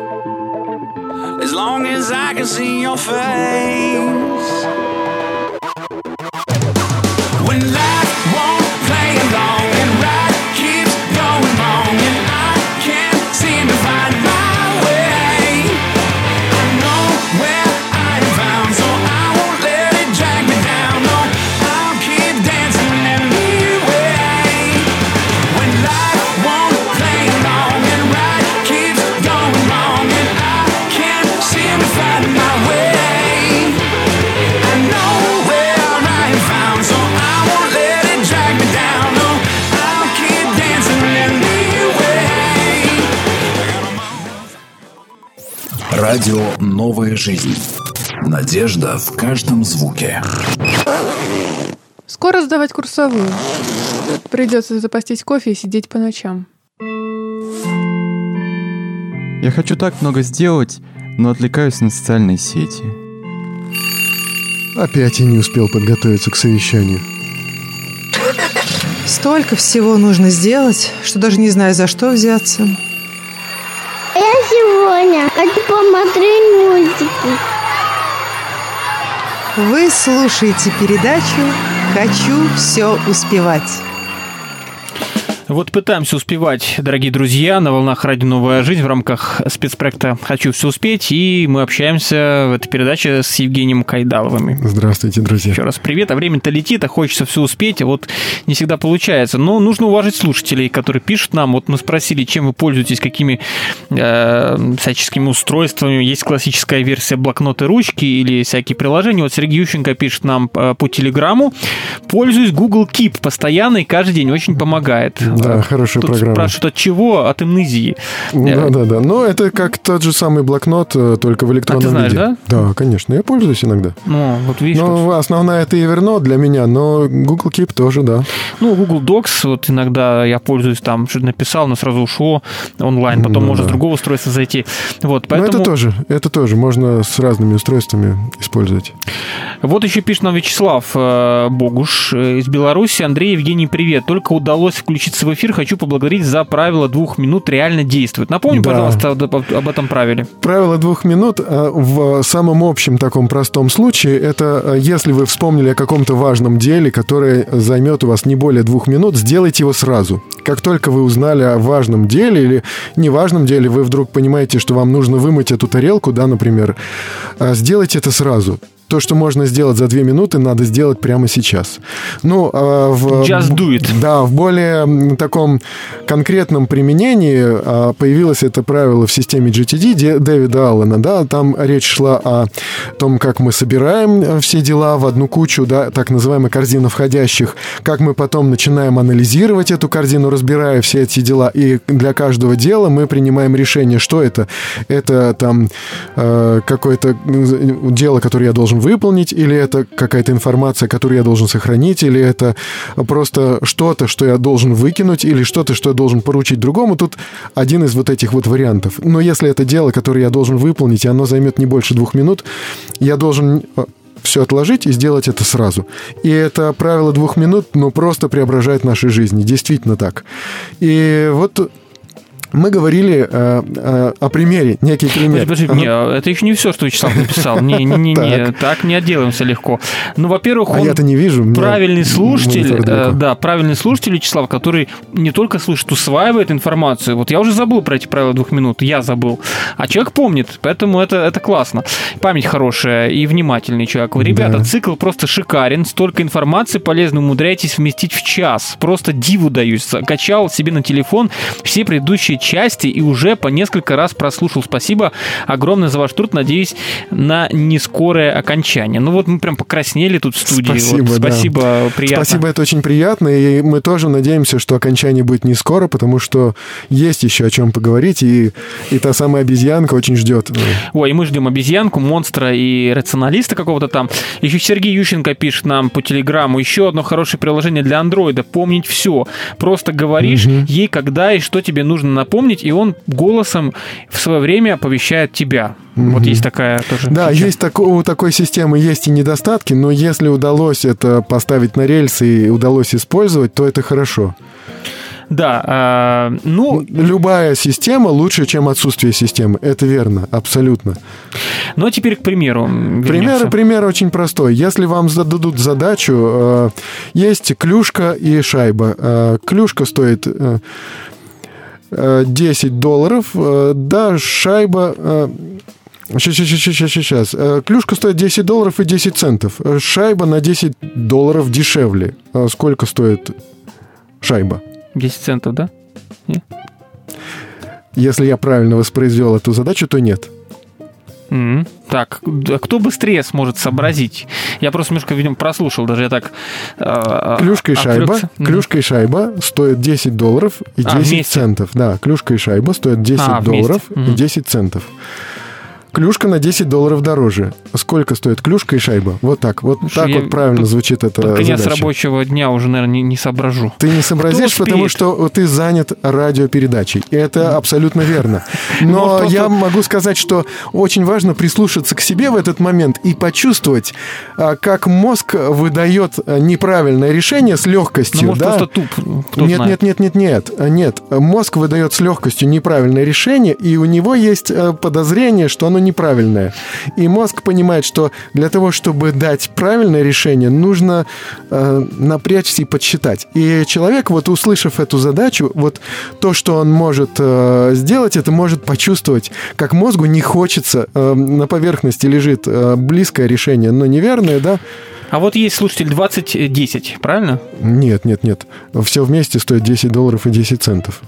As long as I can see your face. When life won't play along and right keeps going wrong and I can't seem to find my way, I know where I am found, so I won't let it drag me down. No, I'll keep dancing anyway. When life won't play along and right keeps going wrong and I can't seem to find my way, I know where I am found, so I won't let it drag me down. No, I'll keep dancing anyway. Радио «Новая жизнь». Надежда в каждом звуке. Скоро сдавать курсовую. Придется запастись кофе и сидеть по ночам. Я хочу так много сделать, но отвлекаюсь на социальные сети. Опять я не успел подготовиться к совещанию. Столько всего нужно сделать, что даже не знаю, за что взяться. Я сегодня хочу посмотреть мультики. Вы слушаете передачу «Хочу все успевать». Вот пытаемся успевать, дорогие друзья, на волнах радио «Новая жизнь» в рамках спецпроекта «Хочу все успеть», и мы общаемся в этой передаче с Евгением Кайдаловым. Здравствуйте, друзья. Еще раз привет. А время-то летит, а хочется все успеть, а вот не всегда получается. Но нужно уважать слушателей, которые пишут нам. Вот мы спросили, чем вы пользуетесь, какими э, всяческими устройствами. Есть классическая версия блокнота и ручки или всякие приложения. Вот Сергей Ющенко пишет нам по, по Телеграмму. Пользуюсь Google Keep постоянно и каждый день, очень помогает. Да, хорошая Тут программа. Спрашивают, от чего? От амнезии. Да-да-да. Но это как тот же самый блокнот, только в электронном а ты знаешь, виде. Да? Да, конечно. Я пользуюсь иногда. Ну, вот видишь, ну, тут... основная это Evernote для меня, но Google Keep тоже, да. Ну, Google Docs, вот иногда я пользуюсь, там что-то написал, но сразу ушло онлайн, потом ну, можно да. с другого устройства зайти. Вот, поэтому... Но это тоже, это тоже можно с разными устройствами использовать. Вот еще пишет нам Вячеслав Богуш из Беларуси. Андрей, Евгений, привет. Только удалось включиться в эфир. Хочу поблагодарить за правило двух минут реально действует. Напомни, да. пожалуйста, об этом правиле. Правило двух минут в самом общем таком простом случае, это если вы вспомнили о каком-то важном деле, которое займет у вас не более двух минут, сделайте его сразу. Как только вы узнали о важном деле или неважном деле, вы вдруг понимаете, что вам нужно вымыть эту тарелку, да, например, сделайте это сразу. То, что можно сделать за две минуты, надо сделать прямо сейчас. Ну, в, Just do it. Да, в более таком конкретном применении появилось это правило в системе джи ти ди Дэвида Аллена, да, там речь шла о том, как мы собираем все дела в одну кучу, да, так называемая корзина входящих, как мы потом начинаем анализировать эту корзину, разбирая все эти дела, и для каждого дела мы принимаем решение, что это. Это там какое-то дело, которое я должен выполнить, или это какая-то информация, которую я должен сохранить, или это просто что-то, что я должен выкинуть, или что-то, что я должен поручить другому. Тут один из вот этих вот вариантов. Но если это дело, которое я должен выполнить, и оно займет не больше двух минут, я должен все отложить и сделать это сразу. И это правило двух минут, ну, просто преображает наши жизни. Действительно так. И вот... Мы говорили э, э, о примере, некий пример. Подожди, подожди, ага. не, это еще не все, что Вячеслав написал. Не-не-не, так не отделаемся легко. Ну, во-первых, он а я-то не вижу, правильный слушатель, э, да, правильный слушатель Вячеслав, который не только слышит, усваивает информацию. Вот я уже забыл про эти правила двух минут, я забыл. А человек помнит, поэтому это, это классно. Память хорошая и внимательный человек. Ребята, да. Цикл просто шикарен, столько информации полезной умудряетесь вместить в час. Просто диву даюсь. Качал себе на телефон все предыдущие части и уже по несколько раз прослушал. Спасибо огромное за ваш труд. Надеюсь на нескорое окончание. Ну вот мы прям покраснели тут в студии. Спасибо, вот, спасибо, да. приятно. Спасибо, это очень приятно. И мы тоже надеемся, что окончание будет не скоро, потому что есть еще о чем поговорить. И, и та самая обезьянка очень ждет. Ой, и мы ждем обезьянку, монстра и рационалиста какого-то там. Еще Сергей Ющенко пишет нам по телеграмму. Еще одно хорошее приложение для андроида. Помнить все. Просто говоришь угу. ей, когда и что тебе нужно напомнить, и он голосом в свое время оповещает тебя. Mm-hmm. Вот есть такая тоже. Да, фича. Есть тако, у такой системы есть и недостатки, но если удалось это поставить на рельсы и удалось использовать, то это хорошо. Да, э, ну... Любая система лучше, чем отсутствие системы. Это верно, абсолютно. Ну, а теперь к примеру. Пример, пример очень простой. Если вам зададут задачу, э, есть клюшка и шайба. Э, клюшка стоит э, десять долларов, э, да, шайба... Э, Сейчас, сейчас, сейчас, сейчас. Клюшка стоит десять долларов и десять центов. Шайба на десять долларов дешевле. Сколько стоит шайба? десять центов, да? Нет? Если я правильно воспроизвел эту задачу, то нет. Mm-hmm. Так, кто быстрее сможет сообразить? Я просто немножко, видимо, прослушал, даже я так... Э, клюшка и шайба. Mm-hmm. Клюшка и шайба стоят десять долларов и десять а, центов. Да, клюшка и шайба стоят десять а, долларов mm-hmm. и десять центов. Клюшка на десять долларов дороже. Сколько стоит клюшка и шайба? Вот так. Вот Слушай, так вот правильно звучит эта под конец задача. Рабочего дня уже, наверное, не, не соображу. Ты не сообразишь, потому что ты занят радиопередачей. И это абсолютно верно. Но я могу сказать, что очень важно прислушаться к себе в этот момент и почувствовать, как мозг выдает неправильное решение с легкостью. Ну, может, да? просто туп. Нет, нет, нет, нет, нет, нет. Мозг выдает с легкостью неправильное решение, и у него есть подозрение, что оно неправильное. И мозг понимает, что для того, чтобы дать правильное решение, нужно э, напрячься и подсчитать. И человек, вот услышав эту задачу, вот то, что он может э, сделать, это может почувствовать, как мозгу не хочется, э, на поверхности лежит э, близкое решение, но неверное, да? А вот есть слушатель двадцать десять, правильно? Нет, нет, нет. Все вместе стоит десять долларов и десять центов.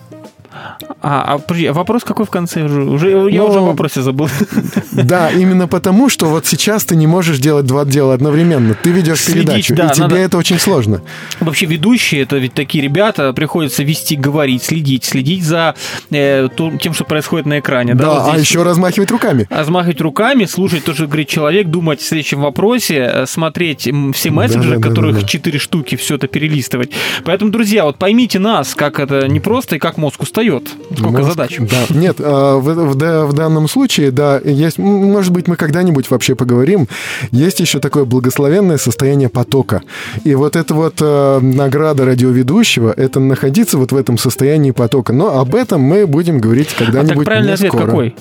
А, а вопрос какой в конце? Уже, я Но, уже в вопросе забыл. Да, именно потому, что вот сейчас ты не можешь делать два дела одновременно. Ты ведешь Следить, передачу, да, и тебе надо... это очень сложно. Вообще ведущие, это ведь такие ребята, приходится вести, говорить, следить, следить за э, тем, что происходит на экране. Да, да вот а еще размахивать руками. Размахивать руками, слушать то, что говорит человек, думать в следующем вопросе, смотреть все мессенджеры, да, да, которых да, да, да. четыре штуки, все это перелистывать. Поэтому, друзья, вот поймите нас, как это непросто и как мозг устает. Сколько мозг, задач? Да. Нет, в, в, в данном случае, да, есть, может быть, мы когда-нибудь вообще поговорим, есть еще такое благословенное состояние потока. И вот эта вот э, награда радиоведущего, это находиться вот в этом состоянии потока. Но об этом мы будем говорить когда-нибудь. А так правильный не ответ скоро. Какой?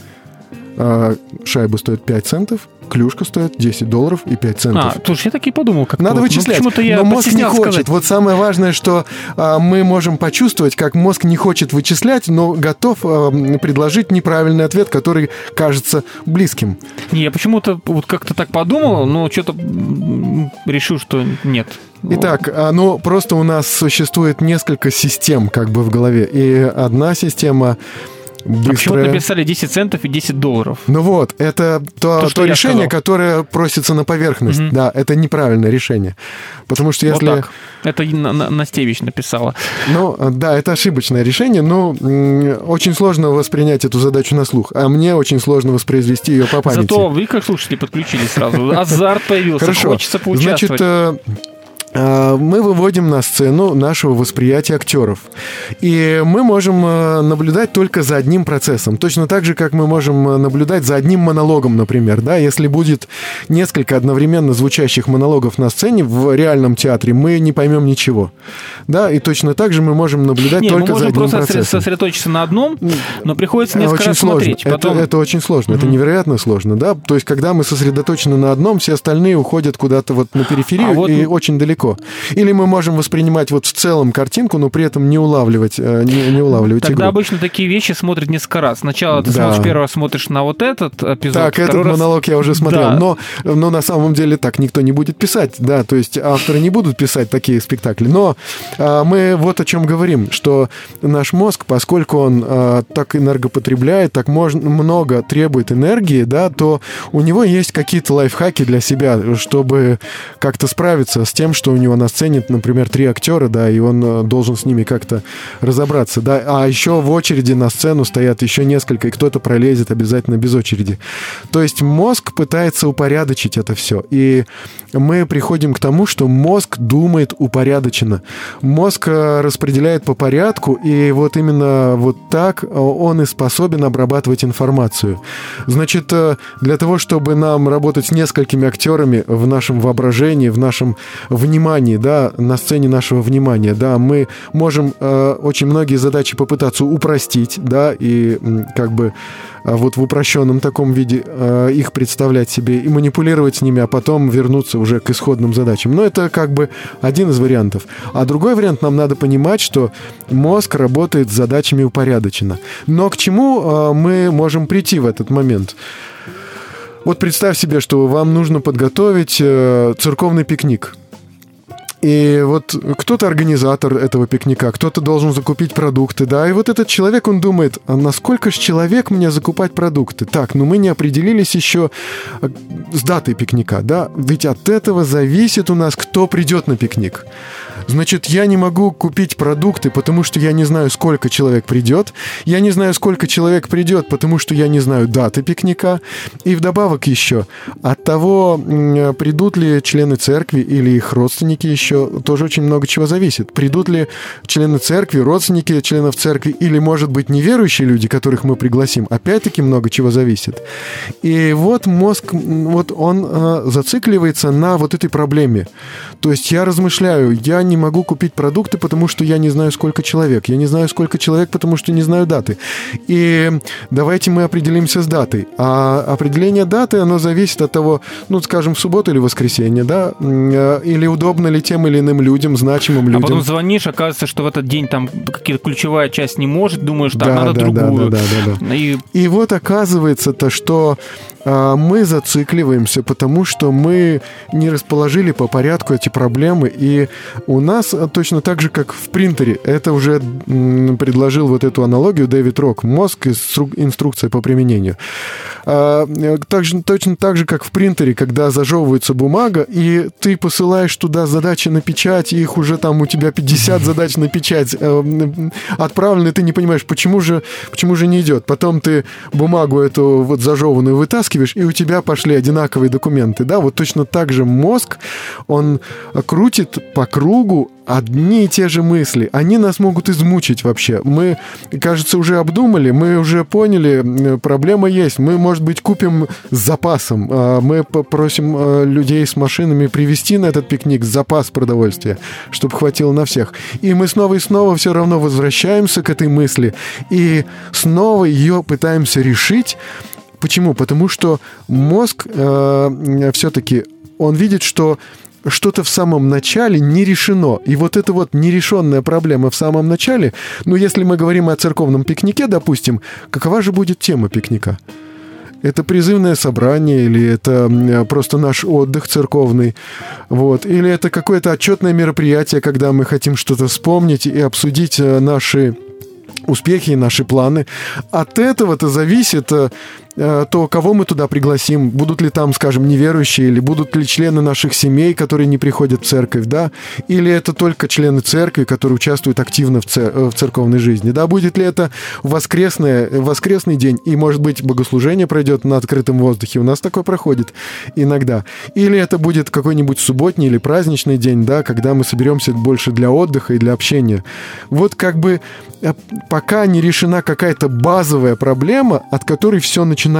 А, шайба стоит пять центов, клюшка стоит десять долларов и пять центов. А, слушай, я так и подумал. Как Надо вычислять, ну, я но мозг не хочет. Сказать. Вот самое важное, что а, мы можем почувствовать, как мозг не хочет вычислять, но готов а, предложить неправильный ответ, который кажется близким. Не, я почему-то вот как-то так подумал, но что-то решил, что нет. Итак, ну просто у нас существует несколько систем как бы в голове, и одна система... Быстрое. А почему написали десять центов и десять долларов? Ну вот, это то, то, то решение, сказал. Которое просится на поверхность. Угу. Да, это неправильное решение. Потому что если... Вот так. Это Настевич написала. Ну, да, это ошибочное решение, но очень сложно воспринять эту задачу на слух. А мне очень сложно воспроизвести ее по памяти. Зато вы, как слушатели, подключились сразу. Азарт появился, Хорошо. Хочется поучаствовать. Значит, мы выводим на сцену нашего восприятия актеров. И мы можем наблюдать только за одним процессом. Точно так же, как мы можем наблюдать за одним монологом, например. Да? Если будет несколько одновременно звучащих монологов на сцене в реальном театре, мы не поймем ничего. Да? И точно так же мы можем наблюдать не, только за одним процессом. Мы можем просто сосредоточиться на одном, но приходится несколько очень раз сложно. смотреть. Потом... Это, это очень сложно. Mm-hmm. Это невероятно сложно. Да? То есть, когда мы сосредоточены на одном, все остальные уходят куда-то вот на периферию а вот... и очень далеко. Или мы можем воспринимать вот в целом картинку, но при этом не улавливать, не, не улавливать Тогда игру. Обычно такие вещи смотрят несколько раз. Сначала ты да. смотришь первый раз, смотришь на вот этот эпизод. Так, этот раз... монолог я уже смотрел. Да. Но, но на самом деле так никто не будет писать. Да, то есть авторы не будут писать такие спектакли. Но а, мы вот о чем говорим, что наш мозг, поскольку он а, так энергопотребляет, так можно, много требует энергии, да, то у него есть какие-то лайфхаки для себя, чтобы как-то справиться с тем, что у него на сцене, например, три актера, да, и он должен с ними как-то разобраться, да, а еще в очереди на сцену стоят еще несколько, и кто-то пролезет обязательно без очереди. То есть мозг пытается упорядочить это все, и мы приходим к тому, что мозг думает упорядоченно. Мозг распределяет по порядку, и вот именно вот так он и способен обрабатывать информацию. Значит, для того, чтобы нам работать с несколькими актерами в нашем воображении, в нашем внимании, да, на сцене нашего внимания, да, мы можем э, очень многие задачи попытаться упростить, да, и м, как бы э, вот в упрощенном таком виде э, их представлять себе и манипулировать с ними, а потом вернуться уже к исходным задачам. Но это как бы один из вариантов. А другой вариант, нам надо понимать, что мозг работает с задачами упорядоченно. Но к чему э, мы можем прийти в этот момент? Вот представь себе, что вам нужно подготовить э, церковный пикник. И вот кто-то организатор этого пикника, кто-то должен закупить продукты, да, и вот этот человек, он думает, а на сколько же человек мне закупать продукты? Так, ну мы не определились еще с датой пикника, да, ведь от этого зависит у нас, кто придет на пикник. Значит, я не могу купить продукты, потому что я не знаю, сколько человек придет. Я не знаю, сколько человек придет, потому что я не знаю даты пикника. И вдобавок еще, от того, придут ли члены церкви или их родственники еще, тоже очень много чего зависит. Придут ли члены церкви, родственники членов церкви, или, может быть, неверующие люди, которых мы пригласим. Опять-таки много чего зависит. И вот мозг, вот он э, зацикливается на вот этой проблеме. То есть я размышляю, я не могу купить продукты, потому что я не знаю, сколько человек. Я не знаю, сколько человек, потому что не знаю даты. И давайте мы определимся с датой. А определение даты, оно зависит от того, ну, скажем, в субботу или в воскресенье, да, или удобно ли тем или иным людям, значимым людям. А потом звонишь, оказывается, что в этот день там какая-то ключевая часть не может, думаешь, так, да, надо да, другую. Да, да, да, да. И... И вот оказывается-то, что а, мы зацикливаемся, потому что мы не расположили по порядку эти проблемы, и у нас точно так же, как в принтере, это уже м, предложил вот эту аналогию Дэвид Рок, мозг, инстру- инструкция по применению. А, также, точно так же, как в принтере, когда зажевывается бумага, и ты посылаешь туда задачи на печать, и их уже там у тебя пятьдесят задач на печать э, отправлены, и ты не понимаешь, почему же, почему же не идет. Потом ты бумагу эту вот зажеванную вытаскиваешь, и у тебя пошли одинаковые документы. Да? Вот точно так же мозг, он крутит по кругу одни и те же мысли. Они нас могут измучить вообще. Мы, кажется, уже обдумали, мы уже поняли, проблема есть. Мы, может быть, купим с запасом. Мы попросим людей с машинами привезти на этот пикник запас продовольствия, чтобы хватило на всех. И мы снова и снова все равно возвращаемся к этой мысли и снова ее пытаемся решить. Почему? Потому что мозг э, все-таки, он видит, что что-то в самом начале не решено. И вот эта вот нерешенная проблема в самом начале, ну, если мы говорим о церковном пикнике, допустим, какова же будет тема пикника? Это призывное собрание, или это просто наш отдых церковный, вот, или это какое-то отчетное мероприятие, когда мы хотим что-то вспомнить и обсудить наши успехи и наши планы. От этого-то зависит то, кого мы туда пригласим, будут ли там, скажем, неверующие, или будут ли члены наших семей, которые не приходят в церковь, да, или это только члены церкви, которые участвуют активно в, цер- в церковной жизни, да, будет ли это воскресное, воскресный день, и, может быть, богослужение пройдет на открытом воздухе, у нас такое проходит иногда, или это будет какой-нибудь субботний или праздничный день, да, когда мы соберемся больше для отдыха и для общения. Вот как бы пока не решена какая-то базовая проблема, от которой все начинается,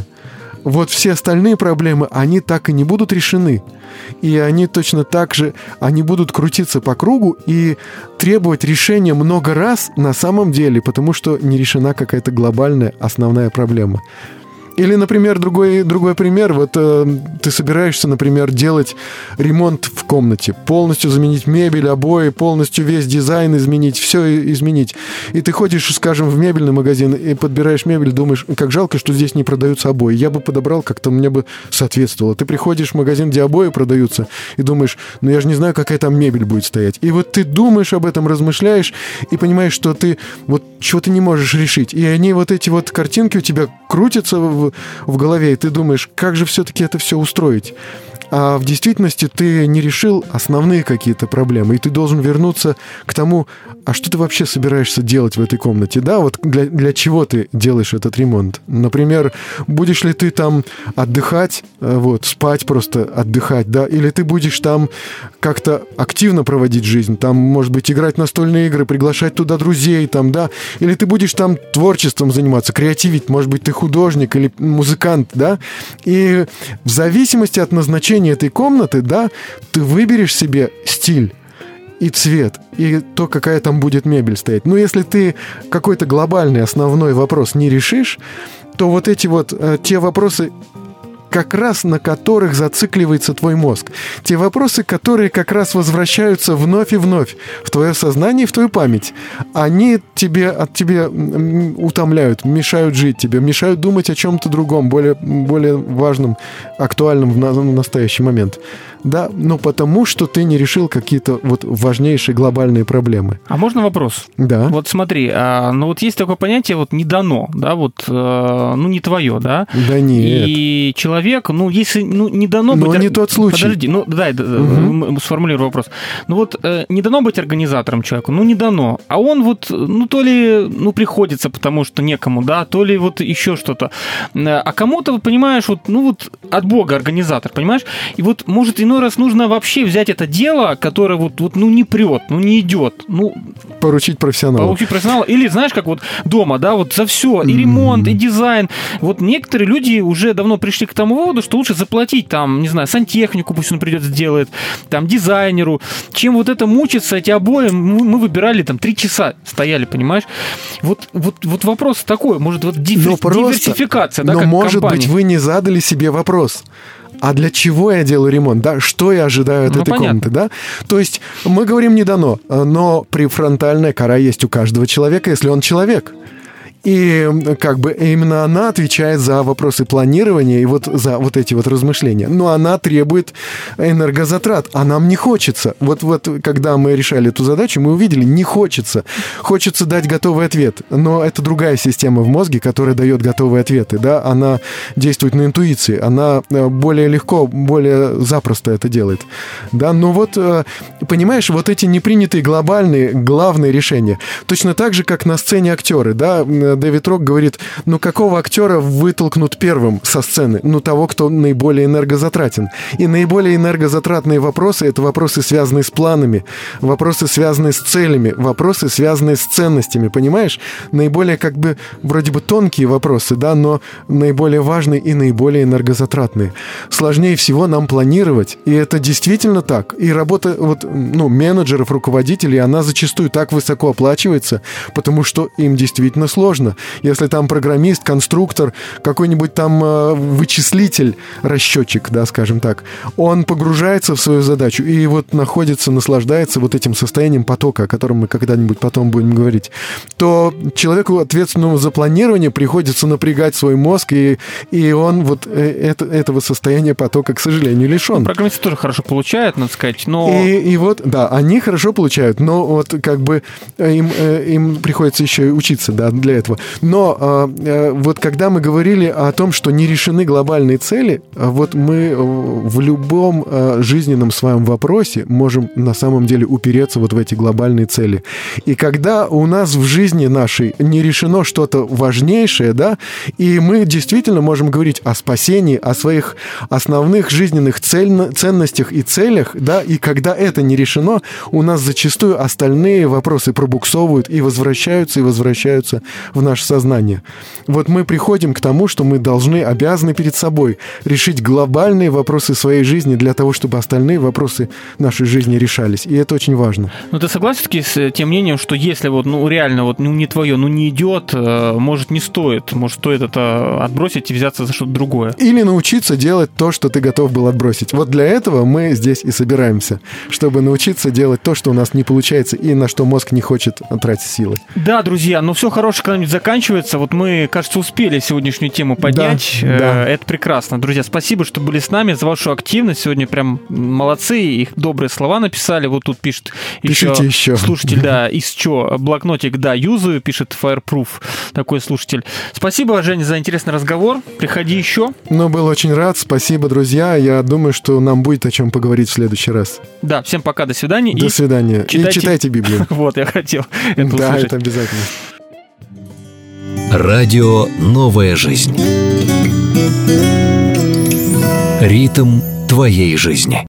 вот все остальные проблемы, они так и не будут решены. И они точно так же, они будут крутиться по кругу и требовать решения много раз на самом деле, потому что не решена какая-то глобальная основная проблема. Или, например, другой, другой пример. Вот э, ты собираешься, например, делать ремонт в комнате, полностью заменить мебель, обои, полностью весь дизайн изменить, все изменить. И ты ходишь, скажем, в мебельный магазин и подбираешь мебель, думаешь, как жалко, что здесь не продаются обои. Я бы подобрал, как-то мне бы соответствовало. Ты приходишь в магазин, где обои продаются, и думаешь, ну я же не знаю, какая там мебель будет стоять. И вот ты думаешь об этом, размышляешь, и понимаешь, что ты вот чего-то не можешь решить. И они, вот эти вот картинки у тебя крутятся в в голове, и ты думаешь, как же все-таки это все устроить. А в действительности ты не решил основные какие-то проблемы, и ты должен вернуться к тому, а что ты вообще собираешься делать в этой комнате, да, вот для, для чего ты делаешь этот ремонт. Например, будешь ли ты там отдыхать, вот, спать просто, отдыхать, да, или ты будешь там как-то активно проводить жизнь, там, может быть, играть в настольные игры, приглашать туда друзей, там, да, или ты будешь там творчеством заниматься, креативить, может быть, ты художник или музыкант, да, и в зависимости от назначения помещение этой комнаты, да, ты выберешь себе стиль и цвет, и то, какая там будет мебель стоять. Но если ты какой-то глобальный основной вопрос не решишь, то вот эти вот э, те вопросы, как раз на которых зацикливается твой мозг. Те вопросы, которые как раз возвращаются вновь и вновь в твое сознание и в твою память. Они тебе, от тебя утомляют, мешают жить тебе, мешают думать о чем-то другом, более, более важном, актуальном в, на, в настоящий момент. Да, но потому, что ты не решил какие-то вот важнейшие глобальные проблемы. А можно вопрос? Да. Вот смотри, а, ну вот есть такое понятие, вот не дано, да, вот, э, ну не твое, да? Да нет. И человек, ну если ну, не дано но быть... Но не тот случай. Подожди, ну дай, угу. сформулирую вопрос. Ну вот э, не дано быть организатором человеку, ну не дано. А он вот, ну то ли, ну приходится, потому что некому, да, то ли вот еще что-то. А кому-то, понимаешь, вот, ну вот от Бога организатор, понимаешь? И вот может иной раз нужно вообще взять это дело, которое вот, вот ну не прет, ну не идет, ну... Поручить профессионалу. Поручить профессионалу. Или, знаешь, как вот дома, да, вот за все, и ремонт, и дизайн. Вот некоторые люди уже давно пришли к тому выводу, что лучше заплатить там, не знаю, сантехнику, пусть он придет, сделает, там, дизайнеру, чем вот это мучиться, эти обои, мы, мы выбирали там три часа, стояли, понимаешь? Вот, вот, вот вопрос такой, может, вот дифер... диверсификация, да, но, как может компания. быть, вы не задали себе вопрос. А для чего я делаю ремонт, да? Что я ожидаю от ну, этой понятно. комнаты, да? То есть мы говорим не дано, но префронтальная кора есть у каждого человека, если он человек. И как бы именно она отвечает за вопросы планирования и вот за вот эти вот размышления. Но она требует энергозатрат, а нам не хочется. Вот, вот когда мы решали эту задачу, мы увидели, не хочется. Хочется дать готовый ответ. Но это другая система в мозге, которая дает готовые ответы. Да? Она действует на интуиции. Она более легко, более запросто это делает. Да? Но вот, понимаешь, вот эти непринятые глобальные, главные решения. Точно так же, как на сцене актеры, да, Дэвид Рок говорит, ну какого актера вытолкнут первым со сцены? Ну того, кто наиболее энергозатратен. И наиболее энергозатратные вопросы — это вопросы, связанные с планами, вопросы, связанные с целями, вопросы, связанные с ценностями, понимаешь? Наиболее как бы вроде бы тонкие вопросы, да, но наиболее важные и наиболее энергозатратные. Сложнее всего нам планировать, и это действительно так. И работа вот, ну, менеджеров, руководителей, она зачастую так высоко оплачивается, потому что им действительно сложно. Если там программист, конструктор, какой-нибудь там э, вычислитель, расчетчик, да, скажем так, он погружается в свою задачу и вот находится, наслаждается вот этим состоянием потока, о котором мы когда-нибудь потом будем говорить, то человеку, ответственному за планирование, приходится напрягать свой мозг, и, и он вот э, это, этого состояния потока, к сожалению, лишен. Программисты тоже хорошо получают, надо сказать, но... И, и вот, да, они хорошо получают, но вот как бы им, э, им приходится еще и учиться, да, для этого. Но э, вот когда мы говорили о том, что не решены глобальные цели, вот мы в любом э, жизненном своем вопросе можем на самом деле упереться вот в эти глобальные цели. И когда у нас в жизни нашей не решено что-то важнейшее, да, и мы действительно можем говорить о спасении, о своих основных жизненных цель, ценностях и целях, да, и когда это не решено, у нас зачастую остальные вопросы пробуксовывают и возвращаются, и возвращаются в наше сознание. Вот мы приходим к тому, что мы должны, обязаны перед собой решить глобальные вопросы своей жизни для того, чтобы остальные вопросы нашей жизни решались. И это очень важно. Но ты согласен все-таки с тем мнением, что если вот, ну, реально вот, ну, не твое, ну, не идет, может, не стоит, может, стоит это отбросить и взяться за что-то другое? Или научиться делать то, что ты готов был отбросить. Вот для этого мы здесь и собираемся, чтобы научиться делать то, что у нас не получается и на что мозг не хочет тратить силы. Да, друзья, ну все хорошее когда-нибудь заканчивается. Вот мы, кажется, успели сегодняшнюю тему поднять. Да, да. Это прекрасно. Друзья, спасибо, что были с нами, за вашу активность. Сегодня прям молодцы, их добрые слова написали. Вот тут пишет еще, еще слушатель, да, из чё, блокнотик, да, юзаю, пишет Fireproof, такой слушатель. Спасибо, Женя, за интересный разговор. Приходи еще. Ну, был очень рад. Спасибо, друзья. Я думаю, что нам будет о чем поговорить в следующий раз. Да, всем пока, до свидания. До свидания. Читайте... И читайте Библию. Вот, я хотел это услышать. Да, это обязательно. Радио «Новая жизнь». Ритм твоей жизни.